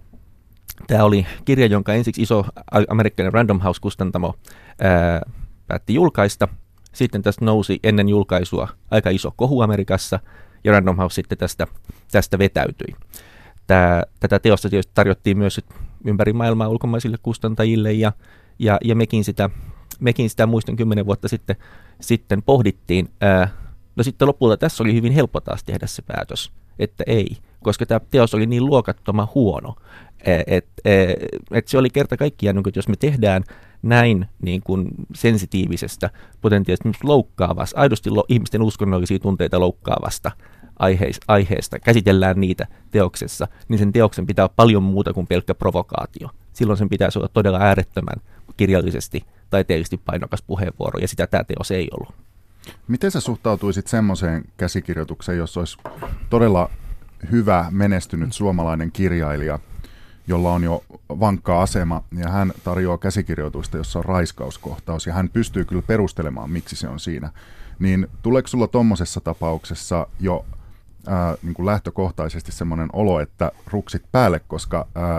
tämä oli kirja, jonka ensiksi iso amerikkalainen Random House-kustantamo ö, päätti julkaista. Sitten tästä nousi ennen julkaisua aika iso kohu Amerikassa, ja Random House sitten tästä, tästä vetäytyi. Tää, tätä teosta tietysti tarjottiin myös ympäri maailmaa ulkomaisille kustantajille, ja, ja, ja mekin sitä Mekin sitä muistan kymmenen vuotta sitten, sitten pohdittiin. Ää, no sitten lopulta tässä oli hyvin helppo taas tehdä se päätös, että ei, koska tämä teos oli niin luokattoman huono, että et, et se oli kerta kaikkiaan, että jos me tehdään näin niin kuin sensitiivisestä, potentiaalisesti loukkaavasta, aidosti lo, ihmisten uskonnollisia tunteita loukkaavasta aiheista, aiheesta, käsitellään niitä teoksessa, niin sen teoksen pitää olla paljon muuta kuin pelkkä provokaatio. Silloin sen pitäisi olla todella äärettömän kirjallisesti taiteellisesti painokas puheenvuoro, ja sitä tämä teos ei ollut. Miten sä suhtautuisit semmoiseen käsikirjoitukseen, jos olisi todella hyvä, menestynyt suomalainen kirjailija, jolla on jo vankka asema, ja hän tarjoaa käsikirjoitusta, jossa on raiskauskohtaus, ja hän pystyy kyllä perustelemaan, miksi se on siinä. Niin tuleeko sulla tuommoisessa tapauksessa jo ää, niin kuin lähtökohtaisesti semmoinen olo, että ruksit päälle, koska ää,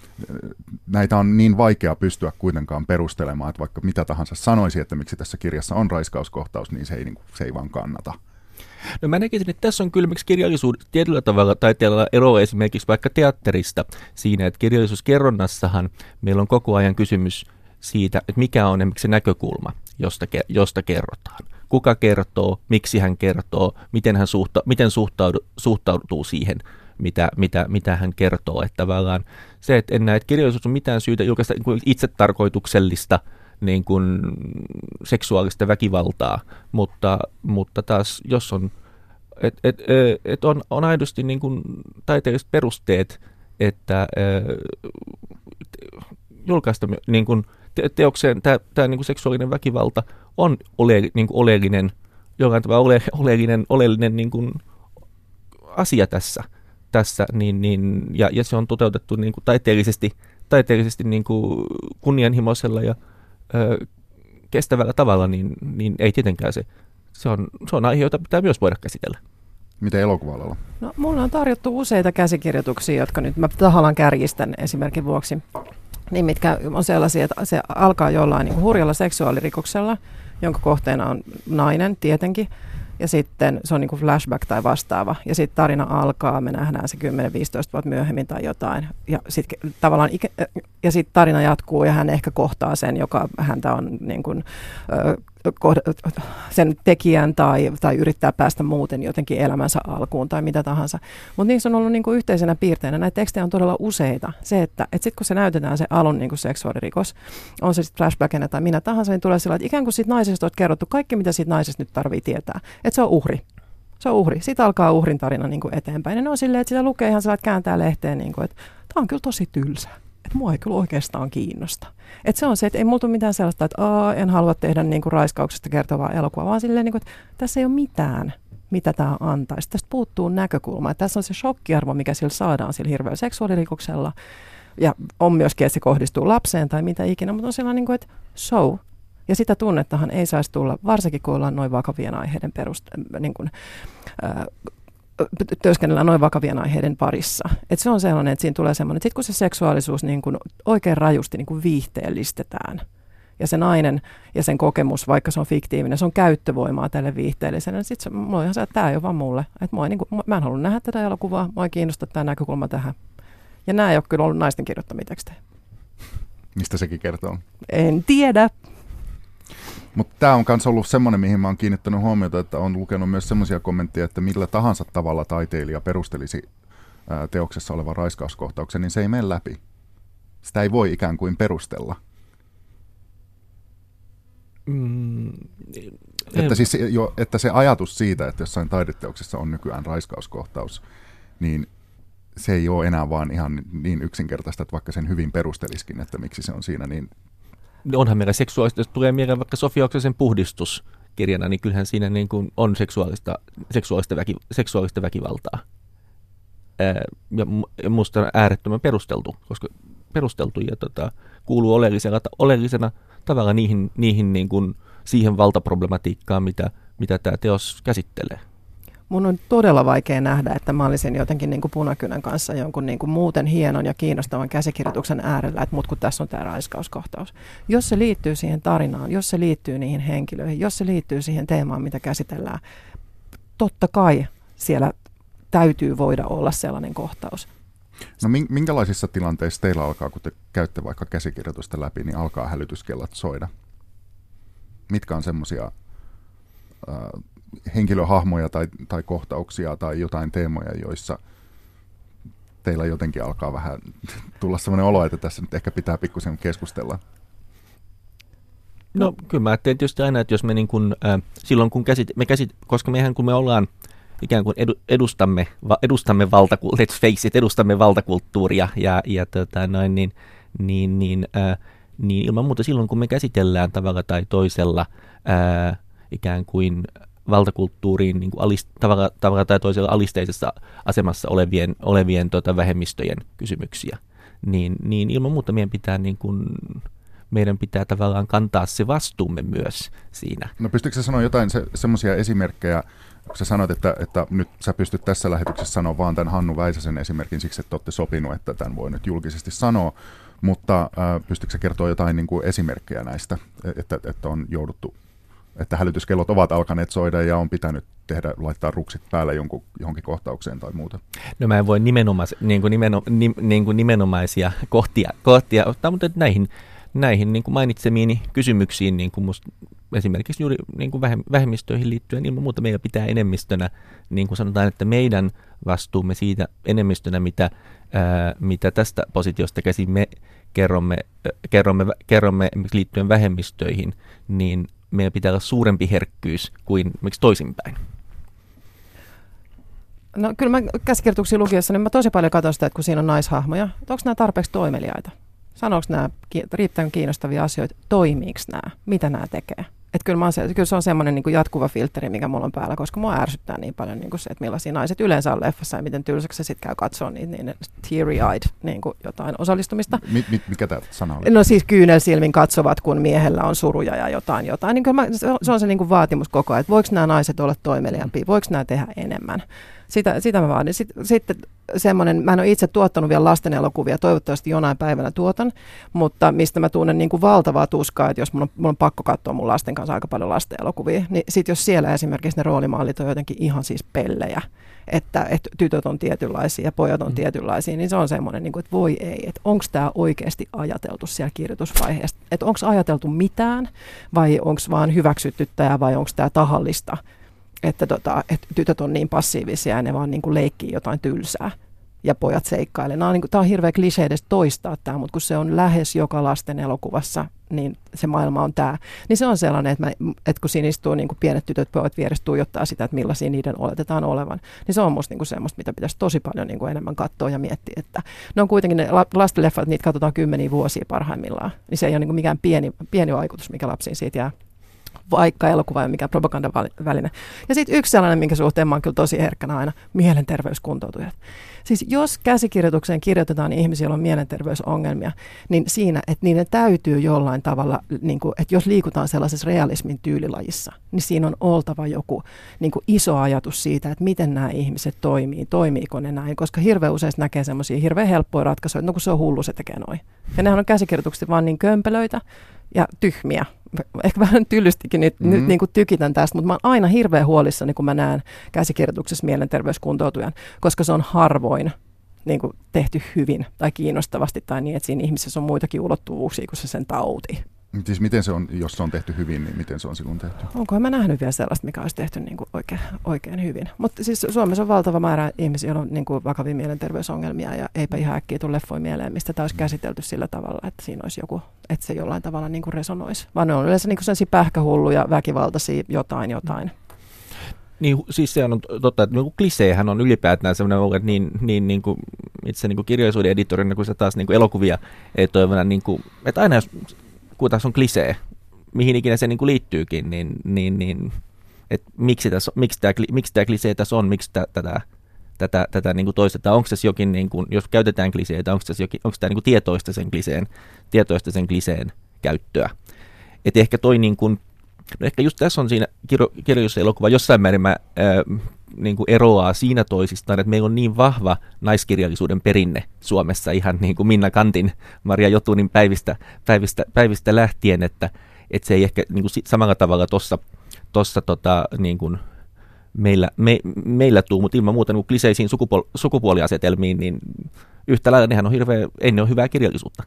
näitä on niin vaikea pystyä kuitenkaan perustelemaan, että vaikka mitä tahansa sanoisi, että miksi tässä kirjassa on raiskauskohtaus, niin se ei, niin kuin, se ei vaan kannata. No mä näkisin, että tässä on kyllä miksi kirjallisuus tietyllä tavalla taiteella eroa esimerkiksi vaikka teatterista siinä, että kirjallisuuskerronnassahan meillä on koko ajan kysymys siitä, että mikä on esimerkiksi se näkökulma, josta, josta kerrotaan. Kuka kertoo, miksi hän kertoo, miten hän suhta, miten suhtaudu, suhtautuu siihen, mitä, mitä, mitä hän kertoo. Että tavallaan se, että en näe, että kirjallisuus on mitään syytä julkaista itsetarkoituksellista niin kuin seksuaalista väkivaltaa, mutta, mutta taas jos on, et, et, et on, on aidosti niin kuin taiteelliset perusteet, että äh, julkaista niin kuin te, teokseen tämä niin kuin seksuaalinen väkivalta on ole, niin kuin oleellinen, jollain tavalla ole, oleellinen, oleellinen niin kuin asia tässä, tässä niin, niin, ja, ja se on toteutettu niin kuin taiteellisesti, taiteellisesti niin kuin kunnianhimoisella ja ö, kestävällä tavalla, niin, niin ei tietenkään se. Se on, se on aihe, jota pitää myös voida käsitellä. Miten elokuva-alalla? No, mulla on tarjottu useita käsikirjoituksia, jotka nyt mä tahallaan kärjistän esimerkin vuoksi, niin mitkä on sellaisia, että se alkaa jollain niin kuin hurjalla seksuaalirikoksella, jonka kohteena on nainen tietenkin, ja sitten se on niin kuin flashback tai vastaava, ja sitten tarina alkaa, me nähdään se kymmenen viisitoista vuotta myöhemmin tai jotain, ja sitten tavallaan ikä, ja sitten tarina jatkuu, ja hän ehkä kohtaa sen, joka häntä on niin kuin, sen tekijän tai, tai yrittää päästä muuten jotenkin elämänsä alkuun tai mitä tahansa. Mutta niissä on ollut niinku yhteisenä piirteinä. Näitä tekstejä on todella useita. Se, että et sitten kun se näytetään se alun niinku seksuaalirikos, on se sitten flashbackina tai minä tahansa, niin tulee sillä, että ikään kuin siitä naisesta on kerrottu kaikki, mitä siitä naisesta nyt tarvitsee tietää. Että se on uhri. Se on uhri. Sitten alkaa uhrin tarina niin kuin eteenpäin. Ja ne on silleen, että sitä lukee ihan sellainen, että kääntää lehteen, niin kuin, että tämä on kyllä tosi tylsä. Että mua ei kyllä oikeastaan kiinnosta. Että se on se, että ei mulla tule mitään sellaista, että Aa, en halua tehdä niin kuin raiskauksesta kertovaa elokuvaa, vaan silleen, niin kuin, että tässä ei ole mitään, mitä tämä antaisi. Tästä puuttuu näkökulma. Että tässä on se shokkiarvo, mikä sillä saadaan sillä hirveällä seksuaalirikoksella. Ja on myöskin, että se kohdistuu lapseen tai mitä ikinä, mutta on sellainen, niin kuin, että so. Ja sitä tunnettahan ei saisi tulla, varsinkin kun ollaan noin vakavien aiheiden peruste- niin kuin, äh, työskennellään noin vakavien aiheiden parissa. Et se on sellainen, että siinä tulee sellainen, että sitten kun se seksuaalisuus niin kuin oikein rajusti niin kuin viihteellistetään, ja se nainen ja sen kokemus, vaikka se on fiktiivinen, se on käyttövoimaa tälle viihteelliselle, niin sitten mulla on ihan se, että tämä ei ole vaan mulle. Et mua ei, niin kuin, mä en halua nähdä tätä elokuvaa, mua ei kiinnosta tämä näkökulma tähän. Ja nämä ei ole kyllä ollut naisten kirjoittamia tekstejä. Mistä sekin kertoo? En tiedä. Mutta tämä on myös ollut semmoinen, mihin mä oon kiinnittänyt huomiota, että on lukenut myös semmoisia kommentteja, että millä tahansa tavalla taiteilija perustelisi ää, teoksessa olevan raiskauskohtauksen, niin se ei mene läpi. Sitä ei voi ikään kuin perustella. Mm, että, siis jo, että se ajatus siitä, että jossain taideteoksessa on nykyään raiskauskohtaus, niin se ei ole enää vaan ihan niin yksinkertaista, että vaikka sen hyvin perusteliskin, että miksi se on siinä niin. Onhan meillä seksuaalista, jos tulee mieleen vaikka Sofia Oksasen Puhdistuskirjana, niin kyllähän siinä niin kuin on seksuaalista, seksuaalista, väki, seksuaalista väkivaltaa. Ää, ja musta on äärettömän perusteltu, koska perusteltu ja tota, kuuluu oleellisena, oleellisena tavalla niihin, niihin niin kuin siihen valtaproblematiikkaan, mitä, mitä tämä teos käsittelee. Mun on todella vaikea nähdä, että mä olisin jotenkin niin kuin punakynän kanssa jonkun niin kuin muuten hienon ja kiinnostavan käsikirjoituksen äärellä, että mut kun tässä on tämä raiskauskohtaus. Jos se liittyy siihen tarinaan, jos se liittyy niihin henkilöihin, jos se liittyy siihen teemaan, mitä käsitellään, totta kai siellä täytyy voida olla sellainen kohtaus. No minkälaisissa tilanteissa teillä alkaa, kun te käytte vaikka käsikirjoitusta läpi, niin alkaa hälytyskellot soida? Mitkä on semmoisia äh, henkilöhahmoja tai, tai kohtauksia tai jotain teemoja, joissa teillä jotenkin alkaa vähän tulla sellainen olo, että tässä nyt ehkä pitää pikkusen keskustella? No kyllä mä ajattelen tietysti aina, että jos me niin kuin, äh, silloin kun käsit, me käsit, koska mehän kun me ollaan ikään kuin edu, edustamme, va, edustamme, valtaku, let's face it, edustamme valtakulttuuria ja, ja tota noin, niin, niin, niin, äh, niin ilman muuta silloin kun me käsitellään tavalla tai toisella äh, ikään kuin valtakulttuuriin niin kuin alist, tavalla, tavalla tai toisella alisteisessa asemassa olevien, olevien tota, vähemmistöjen kysymyksiä, niin, niin ilman muuta meidän pitää, niin kuin, meidän pitää tavallaan kantaa se vastuumme myös siinä. No pystytkö sä sanoa jotain se, semmoisia esimerkkejä, kun sä sanot, että, että nyt sä pystyt tässä lähetyksessä sanoa vaan tämän Hannu Väisäsen esimerkin siksi, että olette sopinut, että tämän voi nyt julkisesti sanoa, mutta äh, pystytkö sä kertoa jotain niin kuin esimerkkejä näistä, että, että on jouduttu, että hälytyskellot ovat alkaneet soida ja on pitänyt tehdä, laittaa ruksit päälle jonkun, johonkin kohtaukseen tai muuta? No mä en voi nimenomais, niin kuin nimeno, nim, niin kuin nimenomaisia kohtia, kohtia ottaa, mutta näihin, näihin niin kuin mainitsemiini kysymyksiin, niin kuin musta, esimerkiksi juuri niin kuin vähemmistöihin liittyen, ilman muuta meillä pitää enemmistönä, niin kuin sanotaan, että meidän vastuumme siitä enemmistönä, mitä, ää, mitä tästä positiosta käsin me kerromme, kerromme, kerromme liittyen vähemmistöihin, niin meillä pitää olla suurempi herkkyys kuin miksi toisinpäin. No kyllä mä käsikirjoituksia lukiessa, niin mä tosi paljon katson sitä, että kun siinä on naishahmoja, että onko nämä tarpeeksi toimeliaita? Sanooko nämä riittävän kiinnostavia asioita? Toimiiko nämä? Mitä nämä tekee? Että kyllä, mä se, kyllä se on semmoinen niin kuin jatkuva filtteri, mikä mulla on päällä, koska mua ärsyttää niin paljon niin kuin se, että millaisia naiset yleensä on leffassa ja miten tylsäksi se sitten käy katsoa niin, niin teary-eyed niin kuin jotain osallistumista. Mi, mi, mikä tämä sana oli? No siis kyynelsilmin katsovat, kun miehellä on suruja ja jotain. jotain. Niin kyllä mä, se on se niin kuin vaatimus koko ajan, että voiko nämä naiset olla toimeliaampia, voiko nämä tehdä enemmän. Sitä, sitä mä vaadin. Sitten, sitten semmoinen, mä en ole itse tuottanut vielä lasten elokuvia, toivottavasti jonain päivänä tuotan, mutta mistä mä tunnen niin kuin valtavaa tuskaa, että jos mun on, mun on pakko katsoa mun lasten kanssa aika paljon lasten elokuvia, niin sitten jos siellä esimerkiksi ne roolimallit on jotenkin ihan siis pellejä, että, että tytöt on tietynlaisia ja pojat on mm. tietynlaisia, niin se on semmoinen, niin kuin, että voi ei, että onko tämä oikeasti ajateltu siellä kirjoitusvaiheessa, että onko ajateltu mitään vai onko vaan hyväksytty tämä vai onko tämä tahallista. Että, tota, että tytöt on niin passiivisia ja ne vaan niin kuin leikkii jotain tylsää ja pojat seikkailee. Nämä on, niin kuin, tämä on hirveä klisee edes toistaa tämä, mutta kun se on lähes joka lasten elokuvassa, niin se maailma on tämä. Niin se on sellainen, että, mä, että kun siinä istuu niin kuin pienet tytöt pojat vieressä tuijottaa sitä, että millaisia niiden oletetaan olevan, niin se on musta niin kuin semmoista, mitä pitäisi tosi paljon niin kuin enemmän katsoa ja miettiä, että ne on kuitenkin ne lastenleffat, niitä katsotaan kymmeniä vuosia parhaimmillaan, niin se ei ole niin kuin mikään pieni, pieni vaikutus, mikä lapsiin siitä jää, vaikka elokuva ja mikä propagandaväline. Ja sitten yksi sellainen, minkä suhteen mä oon kyllä tosi herkkänä aina, mielenterveyskuntoutujat. Siis jos käsikirjoitukseen kirjoitetaan ihmisiä, joilla on mielenterveysongelmia, niin siinä, että niiden täytyy jollain tavalla, niin kuin, että jos liikutaan sellaisessa realismin tyylilajissa, niin siinä on oltava joku niin kuin iso ajatus siitä, että miten nämä ihmiset toimii, toimiiko ne näin, koska hirveän usein näkee semmoisia hirveän helppoja ratkaisuja, että no kun se on hullu, se tekee noin. Ja nehän on käsikirjoitukset vaan niin kömpelöitä ja tyhmiä. Ehkä vähän tyllystikin nyt, mm-hmm. nyt niin kuin tykitän tästä, mutta mä oon aina hirveän huolissani, kun mä näen käsikirjoituksessa mielenterveyskuntoutujan, koska se on harvoin niin kuin tehty hyvin tai kiinnostavasti tai niin, että siinä ihmisessä on muitakin ulottuvuuksia kuin se sen tauti. Siis miten se on, jos se on tehty hyvin, niin miten se on silloin tehty? Onkohan mä nähnyt vielä sellaista, mikä olisi tehty niin kuin oikein, oikein hyvin. Mutta siis Suomessa on valtava määrä ihmisiä, joilla on niin kuin vakavia mielenterveysongelmia ja eipä ihan äkkiä tule leffoja mieleen, mistä tämä olisi käsitelty sillä tavalla, että siinä olisi joku, että se jollain tavalla niin kuin resonoisi. Vaan ne on yleensä niin kuin sellaisia pähkähulluja, väkivaltaisia, jotain, jotain. Niin, siis se on totta, että niin kliseehän on ylipäätään sellainen, että niin, niin, niin kuin itse niin kuin kirjallisuuden editorina, kun se taas niin kuin elokuvia ei toivona, niin kuin, että aina jos kun tässä on klisee, mihin ikinä se niin kuin liittyykin, niin, niin, niin että miksi, tässä, miksi, tämä, miksi tämä klisee tässä on, miksi tätä, tätä, tätä, tätä niin kuin toistetaan, onko tässä jokin, niin kuin, jos käytetään kliseitä, onko, jokin, onko tämä niin kuin tietoista sen kliseen, tietoista sen kliseen käyttöä. Että ehkä toi niin kuin, no ehkä just tässä on siinä kirjo, kirjallisuuselokuva jossain määrin mä, ää, niin kuin eroaa siinä toisistaan, että meillä on niin vahva naiskirjallisuuden perinne Suomessa ihan niin kuin Minna Kantin, Maria Jotunin päivistä, päivistä, päivistä lähtien, että, että se ei ehkä niin kuin samalla tavalla tuossa tossa, tota, niin kuin meillä, me, meillä tuu, mutta ilman muuta niin kliseisiin sukupuol- sukupuoliasetelmiin, niin yhtä lailla nehän on hirveän, ei ne ole hyvää kirjallisuutta.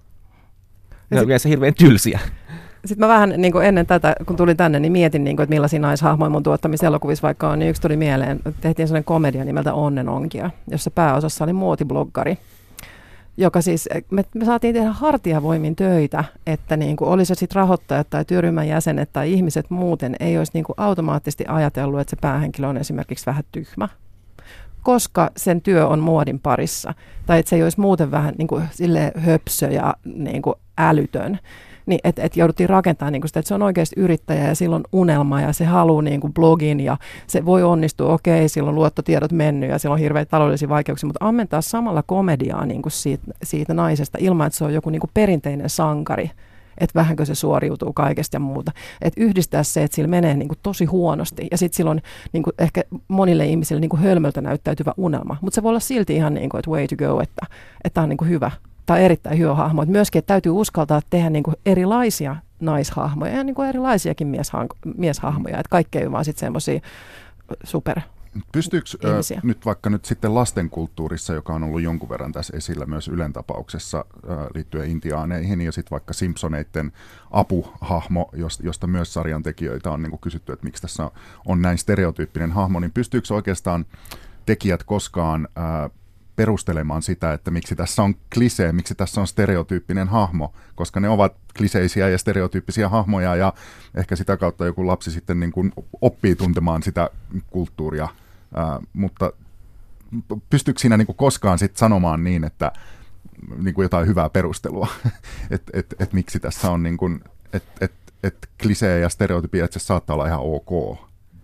Ne on yleensä hirveän tylsiä. Sitten mä vähän niin kuin ennen tätä, kun tulin tänne, niin mietin, niin kuin, että millaisia naishahmoja mun tuottamissa elokuvissa vaikka on, niin yksi tuli mieleen. Tehtiin sellainen komedia nimeltä Onnenonkia, jossa pääosassa oli muotibloggari, joka siis, me, me saatiin tehdä hartiavoimin töitä, että niin kuin, oli se sitten rahoittajat tai työryhmän jäsenet tai ihmiset muuten, ei olisi niin kuin automaattisesti ajatellut, että se päähenkilö on esimerkiksi vähän tyhmä, koska sen työ on muodin parissa, tai että se ei olisi muuten vähän niin kuin, silleen höpsö ja niin kuin älytön. Niin, että et jouduttiin rakentamaan niin sitä, että se on oikeasti yrittäjä ja sillä on unelma ja se haluaa niin kuin blogin ja se voi onnistua, okei, sillä on luottotiedot mennyt ja sillä on hirveitä taloudellisia vaikeuksia, mutta ammentaa samalla komediaa niin kuin siitä, siitä naisesta ilman, että se on joku niin kuin perinteinen sankari, että vähänkö se suoriutuu kaikesta ja muuta. Että yhdistää se, että sillä menee niin kuin tosi huonosti ja sitten sillä on niin kuin ehkä monille ihmisille niin kuin hölmöltä näyttäytyvä unelma, mutta se voi olla silti ihan niin kuin, että way to go, että tämä on niin kuin hyvä. Tämä on erittäin hyvä hahmo. Että myöskin, että täytyy uskaltaa tehdä niin kuin erilaisia naishahmoja ja niin kuin erilaisiakin miesha- mieshahmoja. Että kaikki ei vaan sitten semmoisia super Pystyykö äh, nyt vaikka nyt sitten lastenkulttuurissa, joka on ollut jonkun verran tässä esillä myös Ylen tapauksessa äh, liittyen intiaaneihin ja sitten vaikka Simpsoneiden apuhahmo, josta myös sarjan tekijöitä on niin kuin kysytty, että miksi tässä on näin stereotyyppinen hahmo, niin pystyykö oikeastaan tekijät koskaan äh, perustelemaan sitä, että miksi tässä on klisee, miksi tässä on stereotyyppinen hahmo, koska ne ovat kliseisiä ja stereotyyppisiä hahmoja ja ehkä sitä kautta joku lapsi sitten niin kuin oppii tuntemaan sitä kulttuuria, ää, mutta pystyykö siinä niin kuin koskaan sitten sanomaan niin, että niin kuin jotain hyvää perustelua, että et, et miksi tässä on niin kuin, että et, et klisee ja stereotypia, että se saattaa olla ihan ok.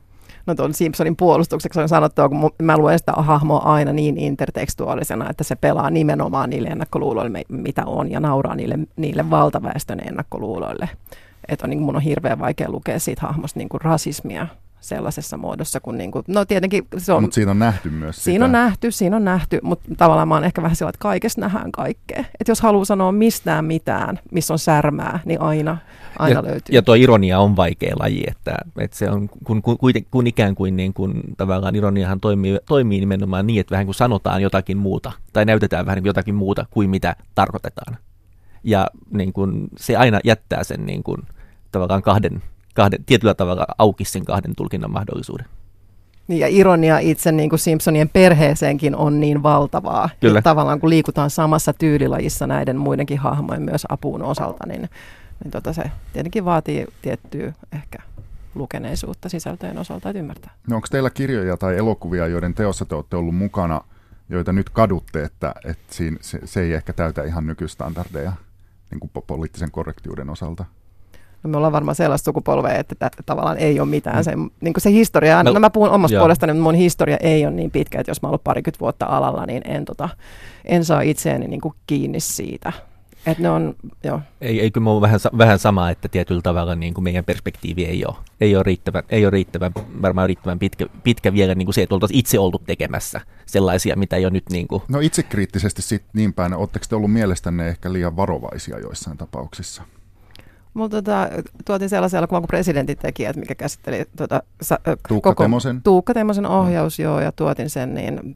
No tuon Simpsonin puolustukseksi on sanottu, kun mä luen sitä hahmoa aina niin intertekstuaalisena, että se pelaa nimenomaan niille ennakkoluuloille, mitä on, ja nauraa niille, niille valtaväestön ennakkoluuloille. Että on, niin mun on hirveän vaikea lukea siitä hahmosta niin kuin rasismia sellaisessa muodossa, kun niin kuin, no tietenkin se on... Mutta siinä on nähty myös sitä. Siinä on nähty, siinä on nähty, mutta tavallaan mä oon ehkä vähän sillä, että kaikessa nähdään kaikkea. Että jos haluaa sanoa mistään mitään, missä on särmää, niin aina, aina ja, löytyy. Ja tuo ironia on vaikea laji, että, että se on, kun, kun, kun ikään kuin, niin kuin tavallaan ironiahan toimii, toimii nimenomaan niin, että vähän kuin sanotaan jotakin muuta, tai näytetään vähän jotakin muuta kuin mitä tarkoitetaan. Ja niin kuin, se aina jättää sen niin kuin, tavallaan kahden, kahden, tietyllä tavalla auki sen kahden tulkinnan mahdollisuuden. Niin, ja ironia itse niin kuin Simpsonien perheeseenkin on niin valtavaa. Kyllä. Tavallaan kun liikutaan samassa tyylilajissa näiden muidenkin hahmojen myös apuun osalta, niin, niin tota se tietenkin vaatii tiettyä ehkä lukeneisuutta sisältöjen osalta, että ymmärtää. No onko teillä kirjoja tai elokuvia, joiden teossa te olette ollut mukana, joita nyt kadutte, että, että siinä, se, se ei ehkä täytä ihan nykystandardeja niin kuin poliittisen korrektiuden osalta? No me ollaan varmaan sellaista sukupolvea, että tä, tavallaan ei ole mitään. Se, niin kuin se historia, no, no mä puhun omasta joo. puolestani, mutta mun historia ei ole niin pitkä, että jos mä oon ollut parikymmentä vuotta alalla, niin en, tota, en saa itseäni niin kuin kiinni siitä. Et ne on, joo. Ei, eikö me ole vähän, vähän sama, että tietyllä tavalla niin kuin meidän perspektiivi ei ole, ei ole riittävän, ei ole riittävän, varmaan riittävän pitkä, pitkä vielä niin kuin se, että oltaisiin itse oltu tekemässä sellaisia, mitä ei ole nyt. Niin kuin. No itsekriittisesti sitten niin päin, oletteko te ollut mielestänne ehkä liian varovaisia joissain tapauksissa? Mulla tota, tuotiin sellaisen elokuvan kuin Presidentin tekijät, mikä käsitteli tota, sa, Tuukka koko, Temosen. Tuukka Temosen ohjaus, mm. joo, ja tuotin sen niin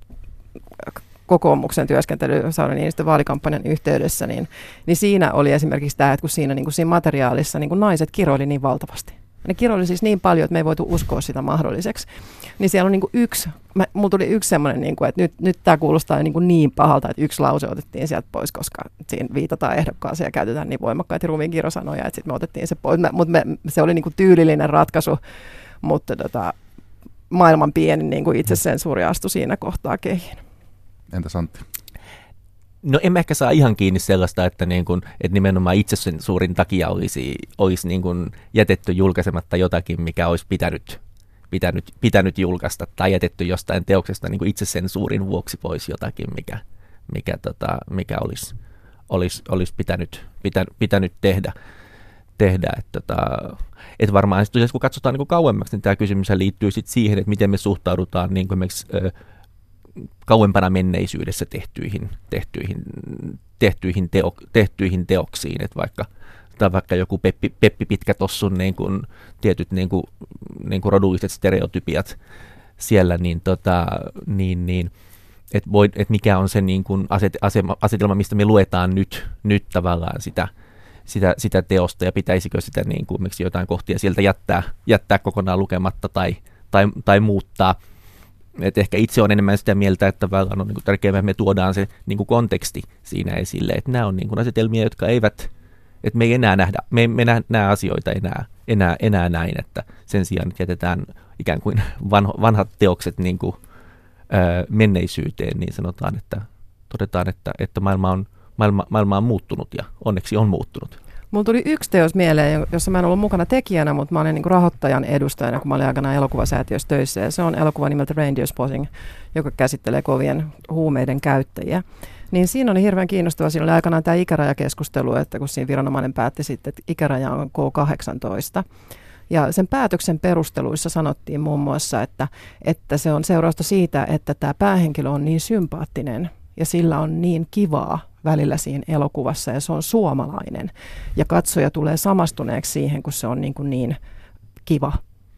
kokoomuksen työskentely Sauli Niinistön vaalikampanjan yhteydessä, niin, niin siinä oli esimerkiksi tämä, että kun siinä, niin kuin siinä materiaalissa niin kuin naiset kiroili niin valtavasti. Ne kiroili siis niin paljon, että me ei voitu uskoa sitä mahdolliseksi. Niin siellä on niin kuin yksi, mä, mulla tuli yksi semmoinen, niin kuin, että nyt, nyt tämä kuulostaa niin, kuin niin pahalta, että yksi lause otettiin sieltä pois, koska siinä viitataan ehdokkaaseen ja käytetään niin voimakkaita ruumiin kirosanoja, että sitten me otettiin se pois. Mutta me, se oli niin kuin tyylillinen ratkaisu, mutta tota, maailman pieni niin kuin itsesensuuri astui siinä kohtaa kehiin. Entäs Antti? No en mä ehkä saa ihan kiinni sellaista, että, niin kun, että nimenomaan itsesensuurin takia olisi, olisi niin kun jätetty julkaisematta jotakin, mikä olisi pitänyt, pitänyt, pitänyt julkaista, tai jätetty jostain teoksesta niin kun itsesensuurin vuoksi pois jotakin, mikä, mikä, tota, mikä olisi, olisi, olisi pitänyt, pitänyt, pitänyt tehdä. tehdä. Että, tota, et varmaan kun katsotaan niin kun kauemmaksi, niin tämä kysymys liittyy sit siihen, että miten me suhtaudutaan niin kuin esimerkiksi ö, kauempana menneisyydessä tehtyihin, tehtyihin, tehtyihin, teo, tehtyihin teoksiin, että vaikka, tai vaikka joku Peppi, Peppi Pitkätossun niin kuin, tietyt niin kuin, niin kuin rodulliset stereotypiat siellä, niin, tota, niin, niin että et mikä on se niin kuin aset, asema, asetelma, mistä me luetaan nyt, nyt tavallaan sitä, sitä, sitä teosta, ja pitäisikö sitä niin kuin, miksi jotain kohtia sieltä jättää, jättää kokonaan lukematta tai, tai, tai muuttaa. Et ehkä itse on enemmän sitä mieltä, että on niin kuin tärkeää, että me tuodaan se niin kuin konteksti siinä esille, että nämä on niin kuin asetelmia, jotka eivät, että me ei enää nähdä, me ei me nähdä asioita enää, enää, enää näin, että sen sijaan että jätetään ikään kuin vanho, vanhat teokset niin kuin, ää, menneisyyteen, niin sanotaan, että todetaan, että, että maailma, on, maailma, maailma on muuttunut ja onneksi on muuttunut. Mulla tuli yksi teos mieleen, jossa mä en ollut mukana tekijänä, mutta mä olin niin kuin rahoittajan edustajana, kun mä olin aikanaan elokuvasäätiössä töissä. Ja se on elokuva nimeltä Reindeer Spotting, joka käsittelee kovien huumeiden käyttäjiä. Niin siinä oli hirveän kiinnostavaa. Siinä oli aikanaan tämä ikärajakeskustelu, että kun siinä viranomainen päätti sitten, että ikäraja on K kahdeksantoista. Ja sen päätöksen perusteluissa sanottiin muun muassa, että, että se on seurausta siitä, että tämä päähenkilö on niin sympaattinen ja sillä on niin kivaa välillä siinä elokuvassa, ja se on suomalainen. Ja katsoja tulee samastuneeksi siihen, kun se on niin, kuin niin kiva.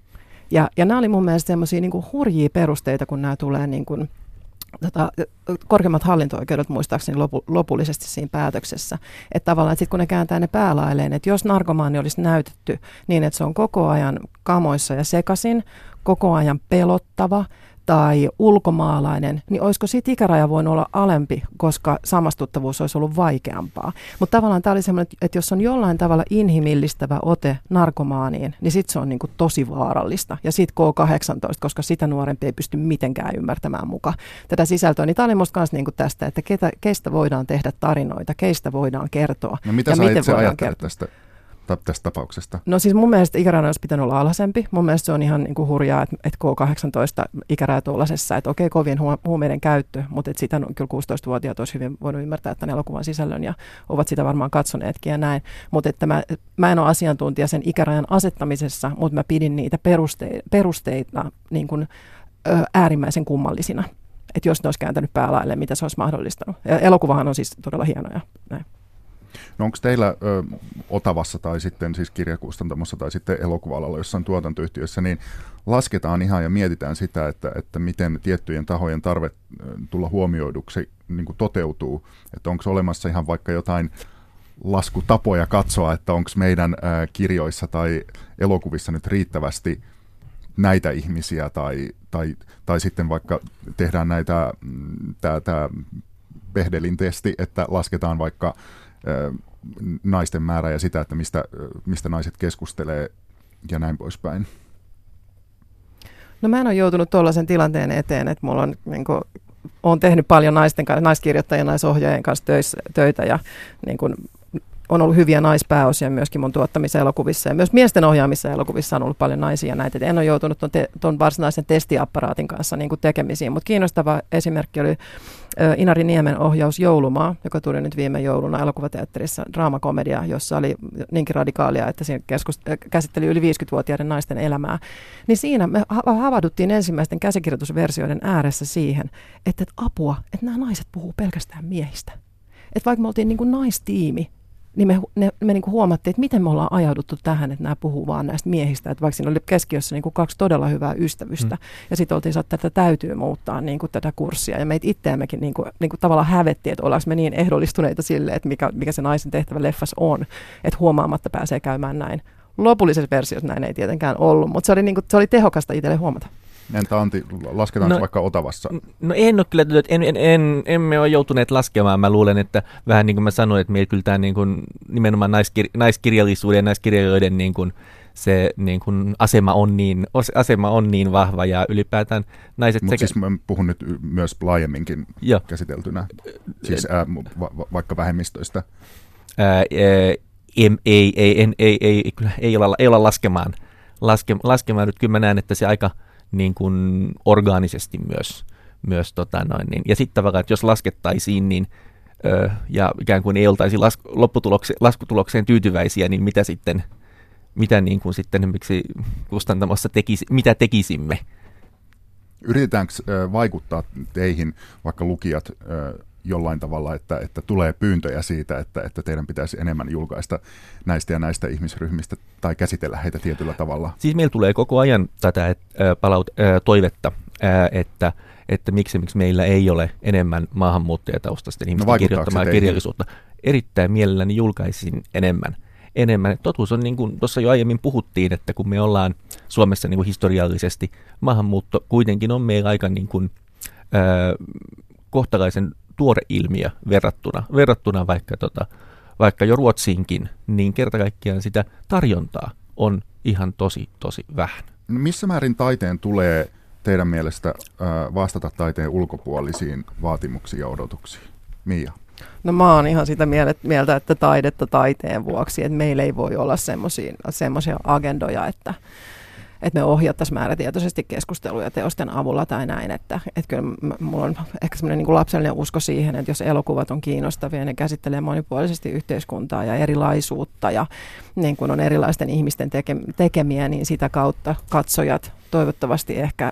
Ja, ja nämä oli mun mielestä semmoisia niin kuin hurjia perusteita, kun nämä tulee niin kuin, tota, korkeimmat hallinto-oikeudet muistaakseni lopu, lopullisesti siinä päätöksessä. Että tavallaan, että sit kun ne kääntää ne päälailleen, että jos narkomaani olisi näytetty niin, että se on koko ajan kamoissa ja sekaisin, koko ajan pelottava, tai ulkomaalainen, niin olisiko siitä ikäraja voinut olla alempi, koska samastuttavuus olisi ollut vaikeampaa. Mutta tavallaan tämä oli semmoinen, että jos on jollain tavalla inhimillistävä ote narkomaaniin, niin sitten se on niinku tosi vaarallista. Ja sitten K kahdeksantoista, koska sitä nuorempi ei pysty mitenkään ymmärtämään mukaan tätä sisältöä. Niin tämä oli musta myös niinku tästä, että ketä, keistä voidaan tehdä tarinoita, keistä voidaan kertoa. No mitä ja sä miten itse voidaan ajattelet kertoa. tästä? tästä tapauksesta? No siis mun mielestä ikäraja olisi pitänyt olla alhaisempi. Mun mielestä se on ihan niin kuin hurjaa, että, että K kahdeksantoista ikäraja tuollaisessa, että okei, kovien huumeiden käyttö, mutta että sitä kyllä kuusitoistavuotiaat olisi hyvin voinut ymmärtää tämän elokuvan sisällön ja ovat sitä varmaan katsoneetkin ja näin. Mutta että mä, mä en ole asiantuntija sen ikärajan asettamisessa, mutta mä pidin niitä peruste, perusteita niin kuin, ö, äärimmäisen kummallisina. Että jos ne olisi kääntänyt päälaille, mitä se olisi mahdollistanut. Ja elokuvahan on siis todella hieno ja näin. No onko teillä ö, Otavassa tai sitten siis kirjakustantamossa tai sitten elokuva-alalla jossain tuotantoyhtiössä, niin lasketaan ihan ja mietitään sitä, että, että miten tiettyjen tahojen tarve tulla huomioiduksi niin kuin toteutuu. Että onko olemassa ihan vaikka jotain laskutapoja katsoa, että onko meidän ö, kirjoissa tai elokuvissa nyt riittävästi näitä ihmisiä tai, tai, tai sitten vaikka tehdään näitä, tämä Behdelin testi, että lasketaan vaikka naisten määrää ja sitä, että mistä, mistä naiset keskustelee ja näin poispäin? No mä en ole joutunut tuollaisen tilanteen eteen, että mulla on niin kuin, olen tehnyt paljon naisten kanssa, naiskirjoittajien ja naisohjaajien kanssa töissä, töitä ja niin kuin, on ollut hyviä naispääosia myöskin mun tuottamissa elokuvissa ja myös miesten ohjaamissa elokuvissa on ollut paljon naisia näitä. Et en ole joutunut tuon, te, tuon varsinaisen testiapparaatin kanssa niin kuin tekemisiin, mutta kiinnostava esimerkki oli ö, Inari Niemen ohjaus Joulumaa, joka tuli nyt viime jouluna elokuvateatterissa, draamakomedia, jossa oli niinkin radikaalia, että siinä keskust- käsitteli yli viisikymmentävuotiaiden naisten elämää. Niin siinä me ha- havahduttiin ensimmäisten käsikirjoitusversioiden ääressä siihen, että, että apua, että nämä naiset puhuu pelkästään miehistä. Että vaikka me oltiin niin kuin naistiimi, niin me, ne, me niin kuin huomattiin, että miten me ollaan ajauduttu tähän, että nämä puhuu vaan näistä miehistä. Että vaikka siinä oli keskiössä niin kuin kaksi todella hyvää ystävystä. Mm. Ja sitten oltiin saanut, että tätä täytyy muuttaa niin kuin tätä kurssia. Ja meitä itseämmekin niin kuin, niin kuin tavallaan hävettiin, että ollaanko me niin ehdollistuneita sille, että mikä, mikä se naisen tehtävä leffas on. Että huomaamatta pääsee käymään näin. Lopullisessa versiossa näin ei tietenkään ollut, mutta se oli, niin kuin, se oli tehokasta itselle huomata. Entä Antti, lasketaanko no, vaikka Otavassa? No en ole kyllä, en, en, en, emme ole joutuneet laskemaan. Mä luulen, että vähän niin kuin mä sanoin, että meillä kyllä tämä niin kuin, nimenomaan naiskir, naiskirjallisuuden ja naiskirjailijoiden niin kuin, se niin kuin, asema, on niin, asema on niin vahva ja ylipäätään naiset... Mutta sekä... siis mä puhun nyt myös laajemminkin Joo. käsiteltynä, siis ää, va, va, vaikka vähemmistöistä. Ää, ää, ei, ei, ei, en, ei, ei, kyllä, ei, olla, ei olla laskemaan, laske, laskemaan nyt. Kyllä mä näen, että se aika... niin kuin orgaanisesti myös, myös tota noin, niin. Ja sitten tavallaan, että jos laskettaisiin niin, ö, ja ikään kuin ei oltaisi las, lopputulokse, laskutulokseen tyytyväisiä, niin mitä sitten, mitä niin kuin sitten miksi kustantamossa tekisi, mitä tekisimme? Yritetäänkö ö, vaikuttaa teihin, vaikka lukijat, ö, jollain tavalla, että, että tulee pyyntöjä siitä, että, että teidän pitäisi enemmän julkaista näistä ja näistä ihmisryhmistä tai käsitellä heitä tietyllä tavalla? Siis meillä tulee koko ajan tätä äh, palaut, äh, toivetta, äh, että, että miksi, miksi meillä ei ole enemmän maahanmuuttajataustaisten ihmisten no, kirjoittamaa kirjallisuutta. Erittäin mielelläni julkaisin enemmän. enemmän. Totuus on, niin kuin tuossa jo aiemmin puhuttiin, että kun me ollaan Suomessa niin kuin historiallisesti, maahanmuutto kuitenkin on meillä aika niin kuin, äh, kohtalaisen tuore ilmiö verrattuna, verrattuna vaikka, tota, vaikka jo Ruotsiinkin, niin kerta kaikkiaan sitä tarjontaa on ihan tosi, tosi vähän. No missä määrin taiteen tulee teidän mielestä äh, vastata taiteen ulkopuolisiin vaatimuksiin ja odotuksiin? Mia? No mä oon ihan sitä mieltä, että taidetta taiteen vuoksi, että meillä ei voi olla semmoisia agendoja, että että me ohjattaisiin määrätietoisesti keskusteluja teosten avulla tai näin, että, että kyllä mulla on ehkä semmoinen niin kuin lapsellinen usko siihen, että jos elokuvat on kiinnostavia, ne käsittelee monipuolisesti yhteiskuntaa ja erilaisuutta ja niin kuin on erilaisten ihmisten teke- tekemiä, niin sitä kautta katsojat toivottavasti ehkä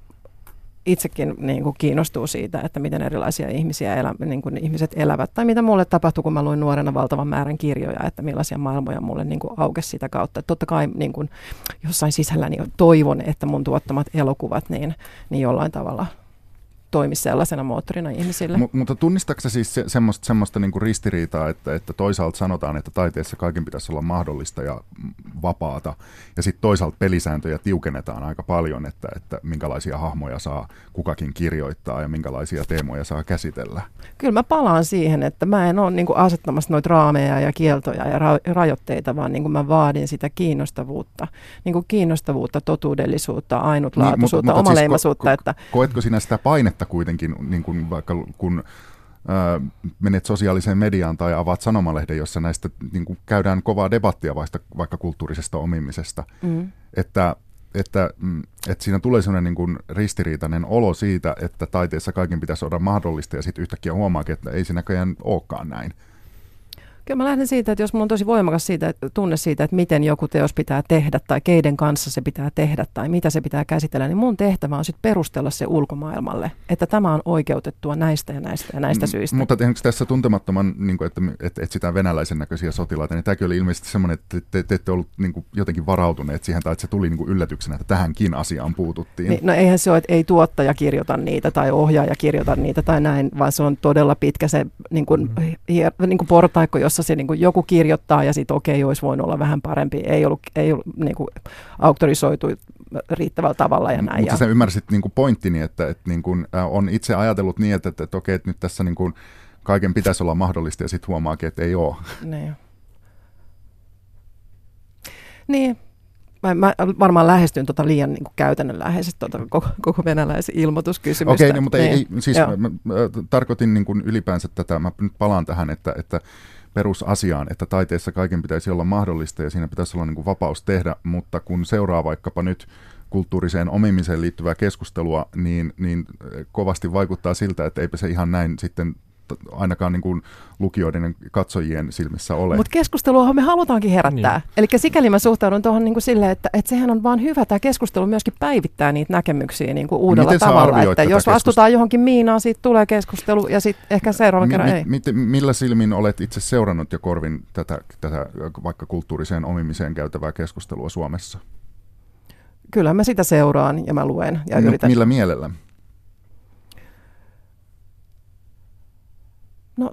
itsekin niin kuin kiinnostuu siitä, että miten erilaisia ihmisiä elä, niin kuin ihmiset elävät. Tai mitä mulle tapahtui, kun mä luin nuorena valtavan määrän kirjoja, että millaisia maailmoja mulle niin kuin aukesi sitä kautta. Että totta kai niin kuin jossain sisälläni toivon, että mun tuottamat elokuvat niin, niin jollain tavalla toimi sellaisena moottorina ihmisille. M- mutta tunnistatko sä siis se, semmoista, semmoista niinku ristiriitaa, että, että toisaalta sanotaan, että taiteessa kaiken pitäisi olla mahdollista ja vapaata, ja sitten toisaalta pelisääntöjä tiukennetaan aika paljon, että, että minkälaisia hahmoja saa kukakin kirjoittaa ja minkälaisia teemoja saa käsitellä? Kyllä mä palaan siihen, että mä en ole niinku asettamassa noita raameja ja kieltoja ja ra- rajoitteita, vaan niinku mä vaadin sitä kiinnostavuutta, niinku kiinnostavuutta, totuudellisuutta, ainutlaatuisuutta, niin, omaleimaisuutta. Siis ko- ko- että koetko sinä sitä painetta kuitenkin, niin kuin vaikka kun ää, menet sosiaaliseen mediaan tai avaat sanomalehden, jossa näistä niin kuin käydään kovaa debattia vaikka, vaikka kulttuurisesta omimisesta, mm. että, että, että siinä tulee sellainen niin kuin ristiriitainen olo siitä, että taiteessa kaiken pitäisi olla mahdollista ja sitten yhtäkkiä huomaakin, että ei se näköjään olekaan näin. Kyllä mä lähden siitä, että jos mulla on tosi voimakas siitä, että tunne siitä, että miten joku teos pitää tehdä tai keiden kanssa se pitää tehdä tai mitä se pitää käsitellä, niin mun tehtävä on sitten perustella se ulkomaailmalle, että tämä on oikeutettua näistä ja näistä ja näistä syistä. M- mutta esimerkiksi tässä tuntemattoman, niin kuin, että, että etsitään venäläisen näköisiä sotilaita, niin tämäkin oli ilmeisesti semmoinen, että te, te ette ollut niin kuin jotenkin varautuneet siihen, tai että se tuli niin kuin yllätyksenä, että tähänkin asiaan puututtiin. Niin, no eihän se ole, että ei tuottaja kirjoita niitä tai ohjaaja kirjoita niitä tai näin, vaan se on todella pitkä se niin kuin, mm. hier, niin kuin portaikko, jossa se niin kuin joku kirjoittaa ja sitten okei, olisi voinut olla vähän parempi. Ei ollut, ei ollut niin kuin auktorisoitu riittävällä tavalla ja näin. Mutta sä ymmärsit niin kuin pointtini, että, että niin kuin, äh, on itse ajatellut niin, että, että, että okei, että nyt tässä niin kuin kaiken pitäisi olla mahdollista ja sitten huomaakin, että ei ole. Niin. Niin. Mä, mä varmaan lähestyn tota liian niin kuin käytännönläheisesti tota koko, koko venäläisen ilmoituskysymystä. Okei, okay, mutta niin. ei, ei, siis mä, mä, mä tarkoitin niin kuin ylipäänsä tätä, mä nyt palaan tähän, että, että perusasiaan, että taiteessa kaiken pitäisi olla mahdollista ja siinä pitäisi olla niin kuin vapaus tehdä, mutta kun seuraa vaikkapa nyt kulttuuriseen omimiseen liittyvää keskustelua, niin, niin kovasti vaikuttaa siltä, että eipä se ihan näin sitten ainakaan niin kuin lukijoiden ja katsojien silmissä ole. Mutta keskusteluahan me halutaankin herättää. Niin. Eli sikäli mä suhtaudun tuohon niin kuin silleen, että, että sehän on vaan hyvä, tämä keskustelu myöskin päivittää niitä näkemyksiä niin kuin uudella Miten tavalla. Että jos keskust... astutaan johonkin miinaan, siitä tulee keskustelu ja sitten ehkä seuraavan mi- kerran mi- ei. Mi- millä silmin olet itse seurannut ja korvin tätä, tätä vaikka kulttuuriseen omimiseen käytävää keskustelua Suomessa? Kyllä mä sitä seuraan ja mä luen ja no, yritän. Millä mielellä? No,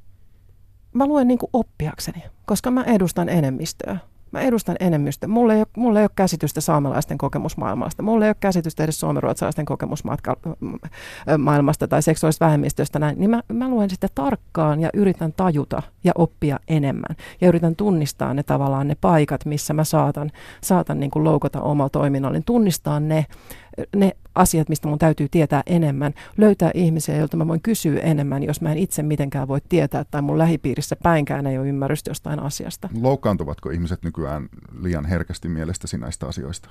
mä luen niin kuin oppiakseni, koska mä edustan enemmistöä. Mä edustan enemmistöä. Mulla ei ole, mulla ei ole käsitystä saamelaisten kokemusmaailmasta. Mulla ei ole käsitystä edes suomenruotsalaisten kokemusmaailmasta tai seksuaalisesta vähemmistöstä. Näin. Niin mä, mä luen sitä tarkkaan ja yritän tajuta ja oppia enemmän. Ja yritän tunnistaa ne tavallaan ne paikat, missä mä saatan, saatan niin kuin loukata omalla toiminnalla. Tunnistaa ne, ne asiat, mistä mun täytyy tietää enemmän. Löytää ihmisiä, joilta mä voin kysyä enemmän, jos mä en itse mitenkään voi tietää tai mun lähipiirissä päinkään ei ole ymmärrystä jostain asiasta. Loukkaantuvatko ihmiset nykyään liian herkästi mielestäsi näistä asioista?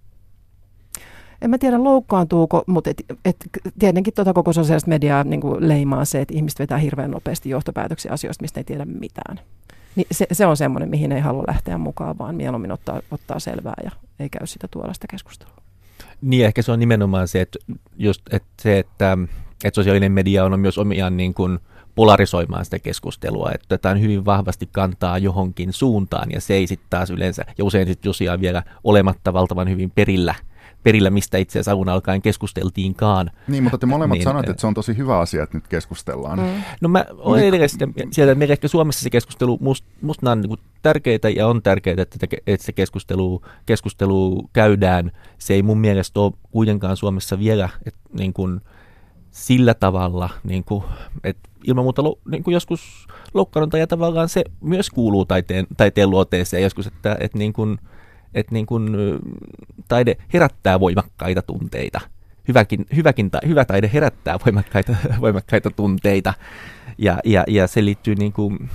En mä tiedä loukkaantuuko, mutta et, et, tietenkin tuota koko sosiaalista mediaa niin kuin leimaa se, että ihmiset vetää hirveän nopeasti johtopäätöksiä asioista, mistä ei tiedä mitään. Niin se, se on semmoinen, mihin ei halua lähteä mukaan, vaan mieluummin ottaa, ottaa selvää ja ei käy sitä tuollaista keskustelua. Niin, ehkä se on nimenomaan se, että, just, että, se, että, että sosiaalinen media on myös omiaan niin kuin polarisoimaan sitä keskustelua, että otetaan hyvin vahvasti kantaa johonkin suuntaan ja se ei sitten taas yleensä, ja usein sitten tosiaan vielä olematta valtavan hyvin perillä, perillä mistä itse asiassa alun alkaen keskusteltiinkaan. Niin, mutta te molemmat niin, sanotte, että se on tosi hyvä asia, että nyt keskustellaan. Mm. No mä olen edelleen sieltä, että ehkä Suomessa se keskustelu, musta must nämä on niin kuin tärkeitä ja on tärkeää, että, että se keskustelu, keskustelu käydään. Se ei mun mielestä ole kuitenkaan Suomessa vielä että niin kuin sillä tavalla, niin kuin, että ilman muuta niin kuin joskus loukkaannuta ja tavallaan se myös kuuluu taiteen, taiteen luoteeseen joskus, että, että niin kuin, että niin kuin taide herättää voimakkaita tunteita. Hyväkin, hyväkin ta, hyvä taide herättää voimakkaita, voimakkaita tunteita ja, ja, ja se liittyy niin kuin,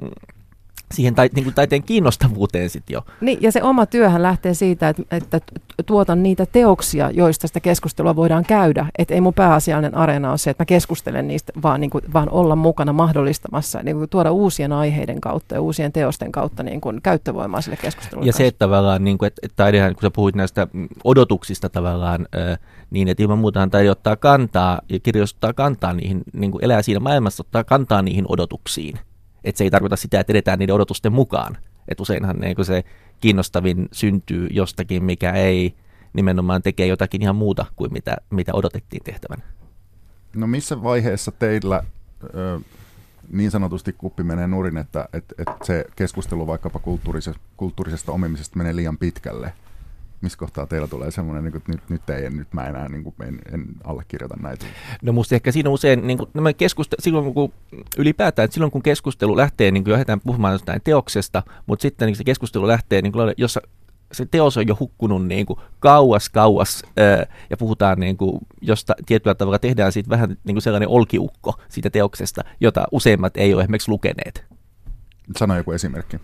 siihen tai, niin kuin taiteen kiinnostavuuteen sitten jo. Niin, ja se oma työhän lähtee siitä, että, että tuotan niitä teoksia, joista sitä keskustelua voidaan käydä. Että ei mun pääasiallinen areena ole se, että mä keskustelen niistä, vaan, niin kuin, vaan olla mukana mahdollistamassa, niin kuin tuoda uusien aiheiden kautta ja uusien teosten kautta niin kuin käyttövoimaa sille keskustelulle. Ja kanssa. Se, että tavallaan, niin kuin, että taidehan, kun sä puhuit näistä odotuksista tavallaan, niin että ilman muutaan taide ottaa kantaa ja kirjoittaa kantaa niihin, niin kuin elää siinä maailmassa, ottaa kantaa niihin odotuksiin. Että se ei tarkoita sitä, että edetään niiden odotusten mukaan. Että useinhan niin se kiinnostavin syntyy jostakin, mikä ei nimenomaan tekee jotakin ihan muuta kuin mitä, mitä odotettiin tehtävän. No missä vaiheessa teillä ö, niin sanotusti kuppi menee nurin, että et, et se keskustelu vaikkapa kulttuurisesta, kulttuurisesta omimisesta menee liian pitkälle? Missä kohtaa teillä tulee semmoinen, että nyt, nyt ei, nyt mä enää niin kuin, en, en allekirjoita näitä? No musta ehkä siinä usein, niin kuin, nämä keskuste- silloin kun ylipäätään, että silloin kun keskustelu lähtee, niin kuin lähdetään puhumaan jostain teoksesta, mutta sitten niin se keskustelu lähtee, niin kuin, jossa se teos on jo hukkunut niin kuin kauas, kauas, ää, ja puhutaan niin kuin, josta tietyllä tavalla tehdään siitä vähän niin kuin sellainen olkiukko siitä teoksesta, jota useimmat ei ole esimerkiksi lukeneet. Sano joku esimerkki.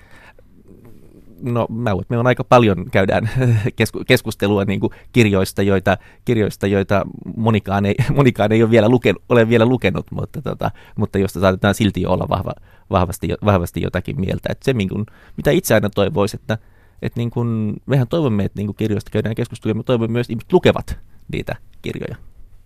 No mä luulen, että meillä on aika paljon käydään keskustelua niin kuin kirjoista, joita, kirjoista, joita monikaan, ei, monikaan ei ole vielä, luken, ole vielä lukenut, mutta, tota, mutta josta saatetaan silti olla vahva, vahvasti, vahvasti jotakin mieltä. Että se, mitä itse aina toivoisi, että, että niin kuin, mehän toivomme, että niin kuin kirjoista käydään keskustelua, ja me toivomme myös, että ihmiset lukevat niitä kirjoja.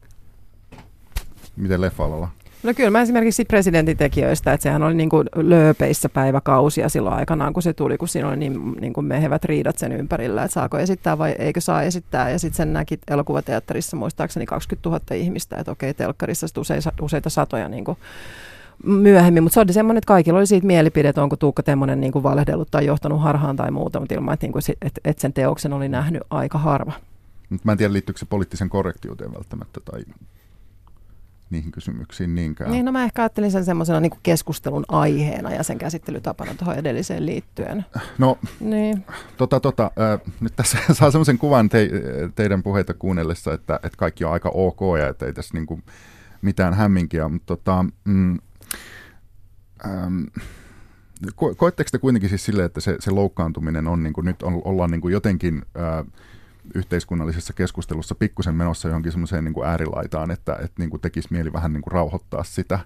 Miten leffa-alalla? No kyllä mä esimerkiksi presidentin tekijöistä, että sehän oli niin kuin lööpeissä päiväkausia silloin aikanaan, kun se tuli, kun siinä oli niin, niin kuin mehevät riidat sen ympärillä, että saako esittää vai eikö saa esittää. Ja sitten sen näki elokuvateatterissa muistaakseni kaksikymmentätuhatta ihmistä, että okei, telkkarissa useita, useita satoja niin kuin myöhemmin. Mutta se oli semmoinen, että kaikilla oli siitä mielipide, että onko Tuukka Temmonen niin kuin valehdellut tai johtanut harhaan tai muuta, mutta ilman, että, niin kuin, että, että sen teoksen oli nähnyt aika harva. Mutta mä en tiedä, liittyykö se poliittisen korrektiuteen välttämättä tai... niihin kysymyksiin niinkään. Niin, no mä ehkä ajattelin sen semmoisena niin kuin keskustelun aiheena ja sen käsittelytapana tuohon edelliseen liittyen. No, niin. tota, tota, äh, nyt tässä saa semmoisen kuvan te, teidän puheita kuunnellessa, että, että kaikki on aika ok ja että ei tässä niin kuin mitään hämminkiä, mutta tota, mm, ähm, ko- koetteko te kuitenkin siis silleen, että se, se loukkaantuminen on, niin kuin nyt on, ollaan niin kuin jotenkin äh, yhteiskunnallisessa keskustelussa pikkusen menossa johonkin semmoiseen niin kuin äärilaitaan, että, että niin kuin tekisi mieli vähän niin kuin rauhoittaa sitä?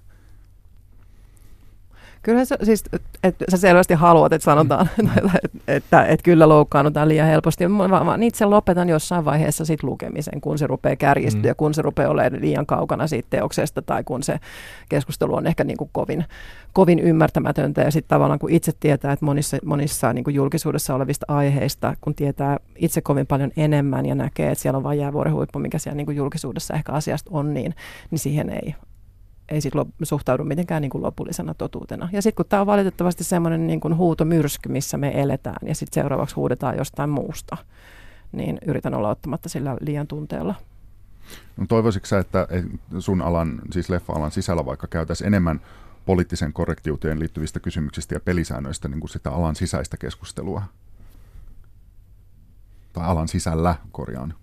Kyllä se, siis, että sä selvästi haluat, että sanotaan, mm. että, että, että kyllä loukkaannutaan liian helposti. Mä vaan itse lopetan jossain vaiheessa sit lukemisen, kun se rupeaa kärjistyä, mm. kun se rupeaa olemaan liian kaukana siitä teoksesta tai kun se keskustelu on ehkä niin kuin kovin, kovin ymmärtämätöntä. Ja sitten tavallaan kun itse tietää, että monissa, monissa niin kuin julkisuudessa olevista aiheista, kun tietää itse kovin paljon enemmän ja näkee, että siellä on vain jäävuoren huippu, mikä siellä niin kuin julkisuudessa ehkä asiasta on, niin, niin siihen ei ei sit suhtaudu mitenkään niin kuin lopullisena totuutena. Ja sitten kun tämä on valitettavasti semmoinen niin kuin huutomyrsky, missä me eletään, ja sitten seuraavaksi huudetaan jostain muusta, niin yritän olla ottamatta sillä liian tunteella. No toivoisitko sä, että sun alan, siis leffa-alan sisällä vaikka käytäisiin enemmän poliittisen korrektiuteen liittyvistä kysymyksistä ja pelisäännöistä niin kuin sitä alan sisäistä keskustelua? Tai alan sisällä, korjaan.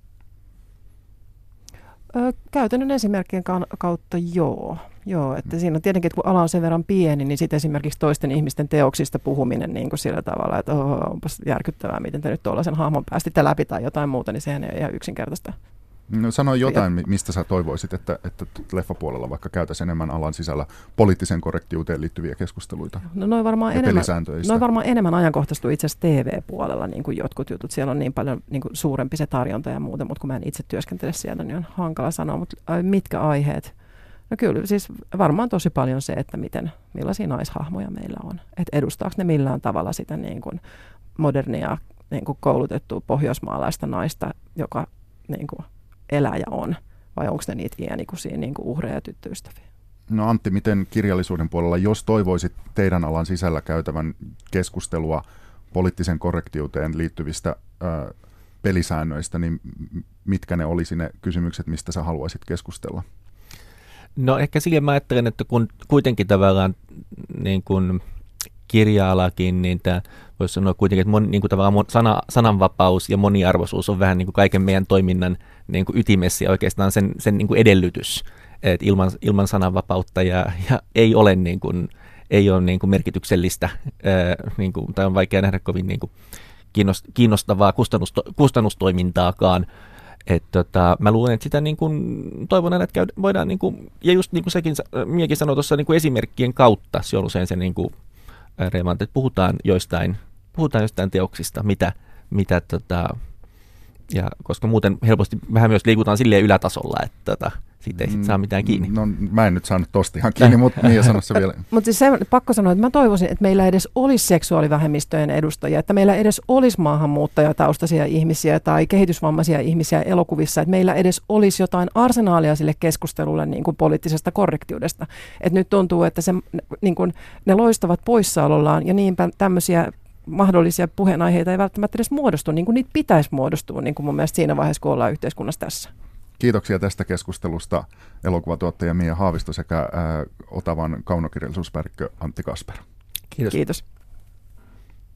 Käytännön esimerkkien kautta joo. joo että siinä on tietenkin, että kun ala on sen verran pieni, niin sitten esimerkiksi toisten ihmisten teoksista puhuminen niin kuin sillä tavalla, että oh, onpas järkyttävää, miten te nyt tuollaisen hahmon päästitte läpi tai jotain muuta, niin sehän ei ole ihan yksinkertaista. No sano jotain, mistä sä toivoisit, että, että leffapuolella vaikka käytäisiin enemmän alan sisällä poliittisen korrektiuteen liittyviä keskusteluita no, noin varmaan ja enemmän, noin varmaan enemmän ajankohtaistuu itse asiassa T V-puolella niin kuin jotkut jutut. Siellä on niin paljon niin kuin suurempi se tarjonta ja muuta, mutta kun mä en itse työskentele siellä, niin on hankala sanoa. Mutta mitkä aiheet? No kyllä, siis varmaan tosi paljon se, että miten, millaisia naishahmoja meillä on. Että edustaako ne millään tavalla sitä niin kuin modernia niin kuin koulutettua pohjoismaalaista naista, joka niin kuin eläjä on, vai onko ne niitä iänikuisia niin kuin uhreja ja tyttöystäviä? No Antti, miten kirjallisuuden puolella, jos toivoisit teidän alan sisällä käytävän keskustelua poliittisen korrektiuteen liittyvistä ö, pelisäännöistä, niin mitkä ne olisi ne kysymykset, mistä sä haluaisit keskustella? No ehkä siihen mä ajattelen, että kun kuitenkin tavallaan niin kuin kirja-alakin, niin tämä voisi sanoa kuitenkin, että mon, niin kuin tavallaan sana, sananvapaus ja moniarvoisuus on vähän niin kuin kaiken meidän toiminnan niin kuin ytimessä ja oikeastaan sen, sen niin kuin edellytys, että ilman, ilman sananvapautta ja, ja ei ole, niin kuin, ei ole niin kuin merkityksellistä ää, niin kuin, tai on vaikea nähdä kovin niin kuin kiinnostavaa kustannusto, kustannustoimintaakaan. Että tota, mä luulen, että sitä niin kuin, toivon aina, että käy, voidaan, niin kuin, ja just niin kuin sekin Miekin sanoi tuossa niin kuin esimerkkien kautta, se on usein se niin kuin, Reeman, että puhutaan joistain, puhutaan joistain teoksista, mitä, mitä tota, ja koska muuten helposti vähän myös liikutaan silleen ylätasolla, että tota, siitä ei sit saa mitään kiinni. No mä en nyt saanut tosta ihan kiinni, mutta Mia sano se vielä. Mutta siis se, pakko sanoa, että mä toivoisin, että meillä edes olisi seksuaalivähemmistöjen edustajia, että meillä edes olisi maahanmuuttajataustaisia ihmisiä tai kehitysvammaisia ihmisiä elokuvissa, että meillä edes olisi jotain arsenaalia sille keskustelulle niin kuin poliittisesta korrektiudesta. Että nyt tuntuu, että se, niin kuin, ne loistavat poissaolollaan ja niinpä tämmöisiä mahdollisia puheenaiheita ei välttämättä edes muodostu, niin kuin niitä pitäisi muodostua, niin kuin mun mielestä siinä vaiheessa, kun ollaan yhteiskunnassa tässä. Kiitoksia tästä keskustelusta elokuvatuottaja Mia Haavisto sekä ää, Otavan kaunokirjallisuuspäällikkö Antti Kasper. Kiitos. Kiitos.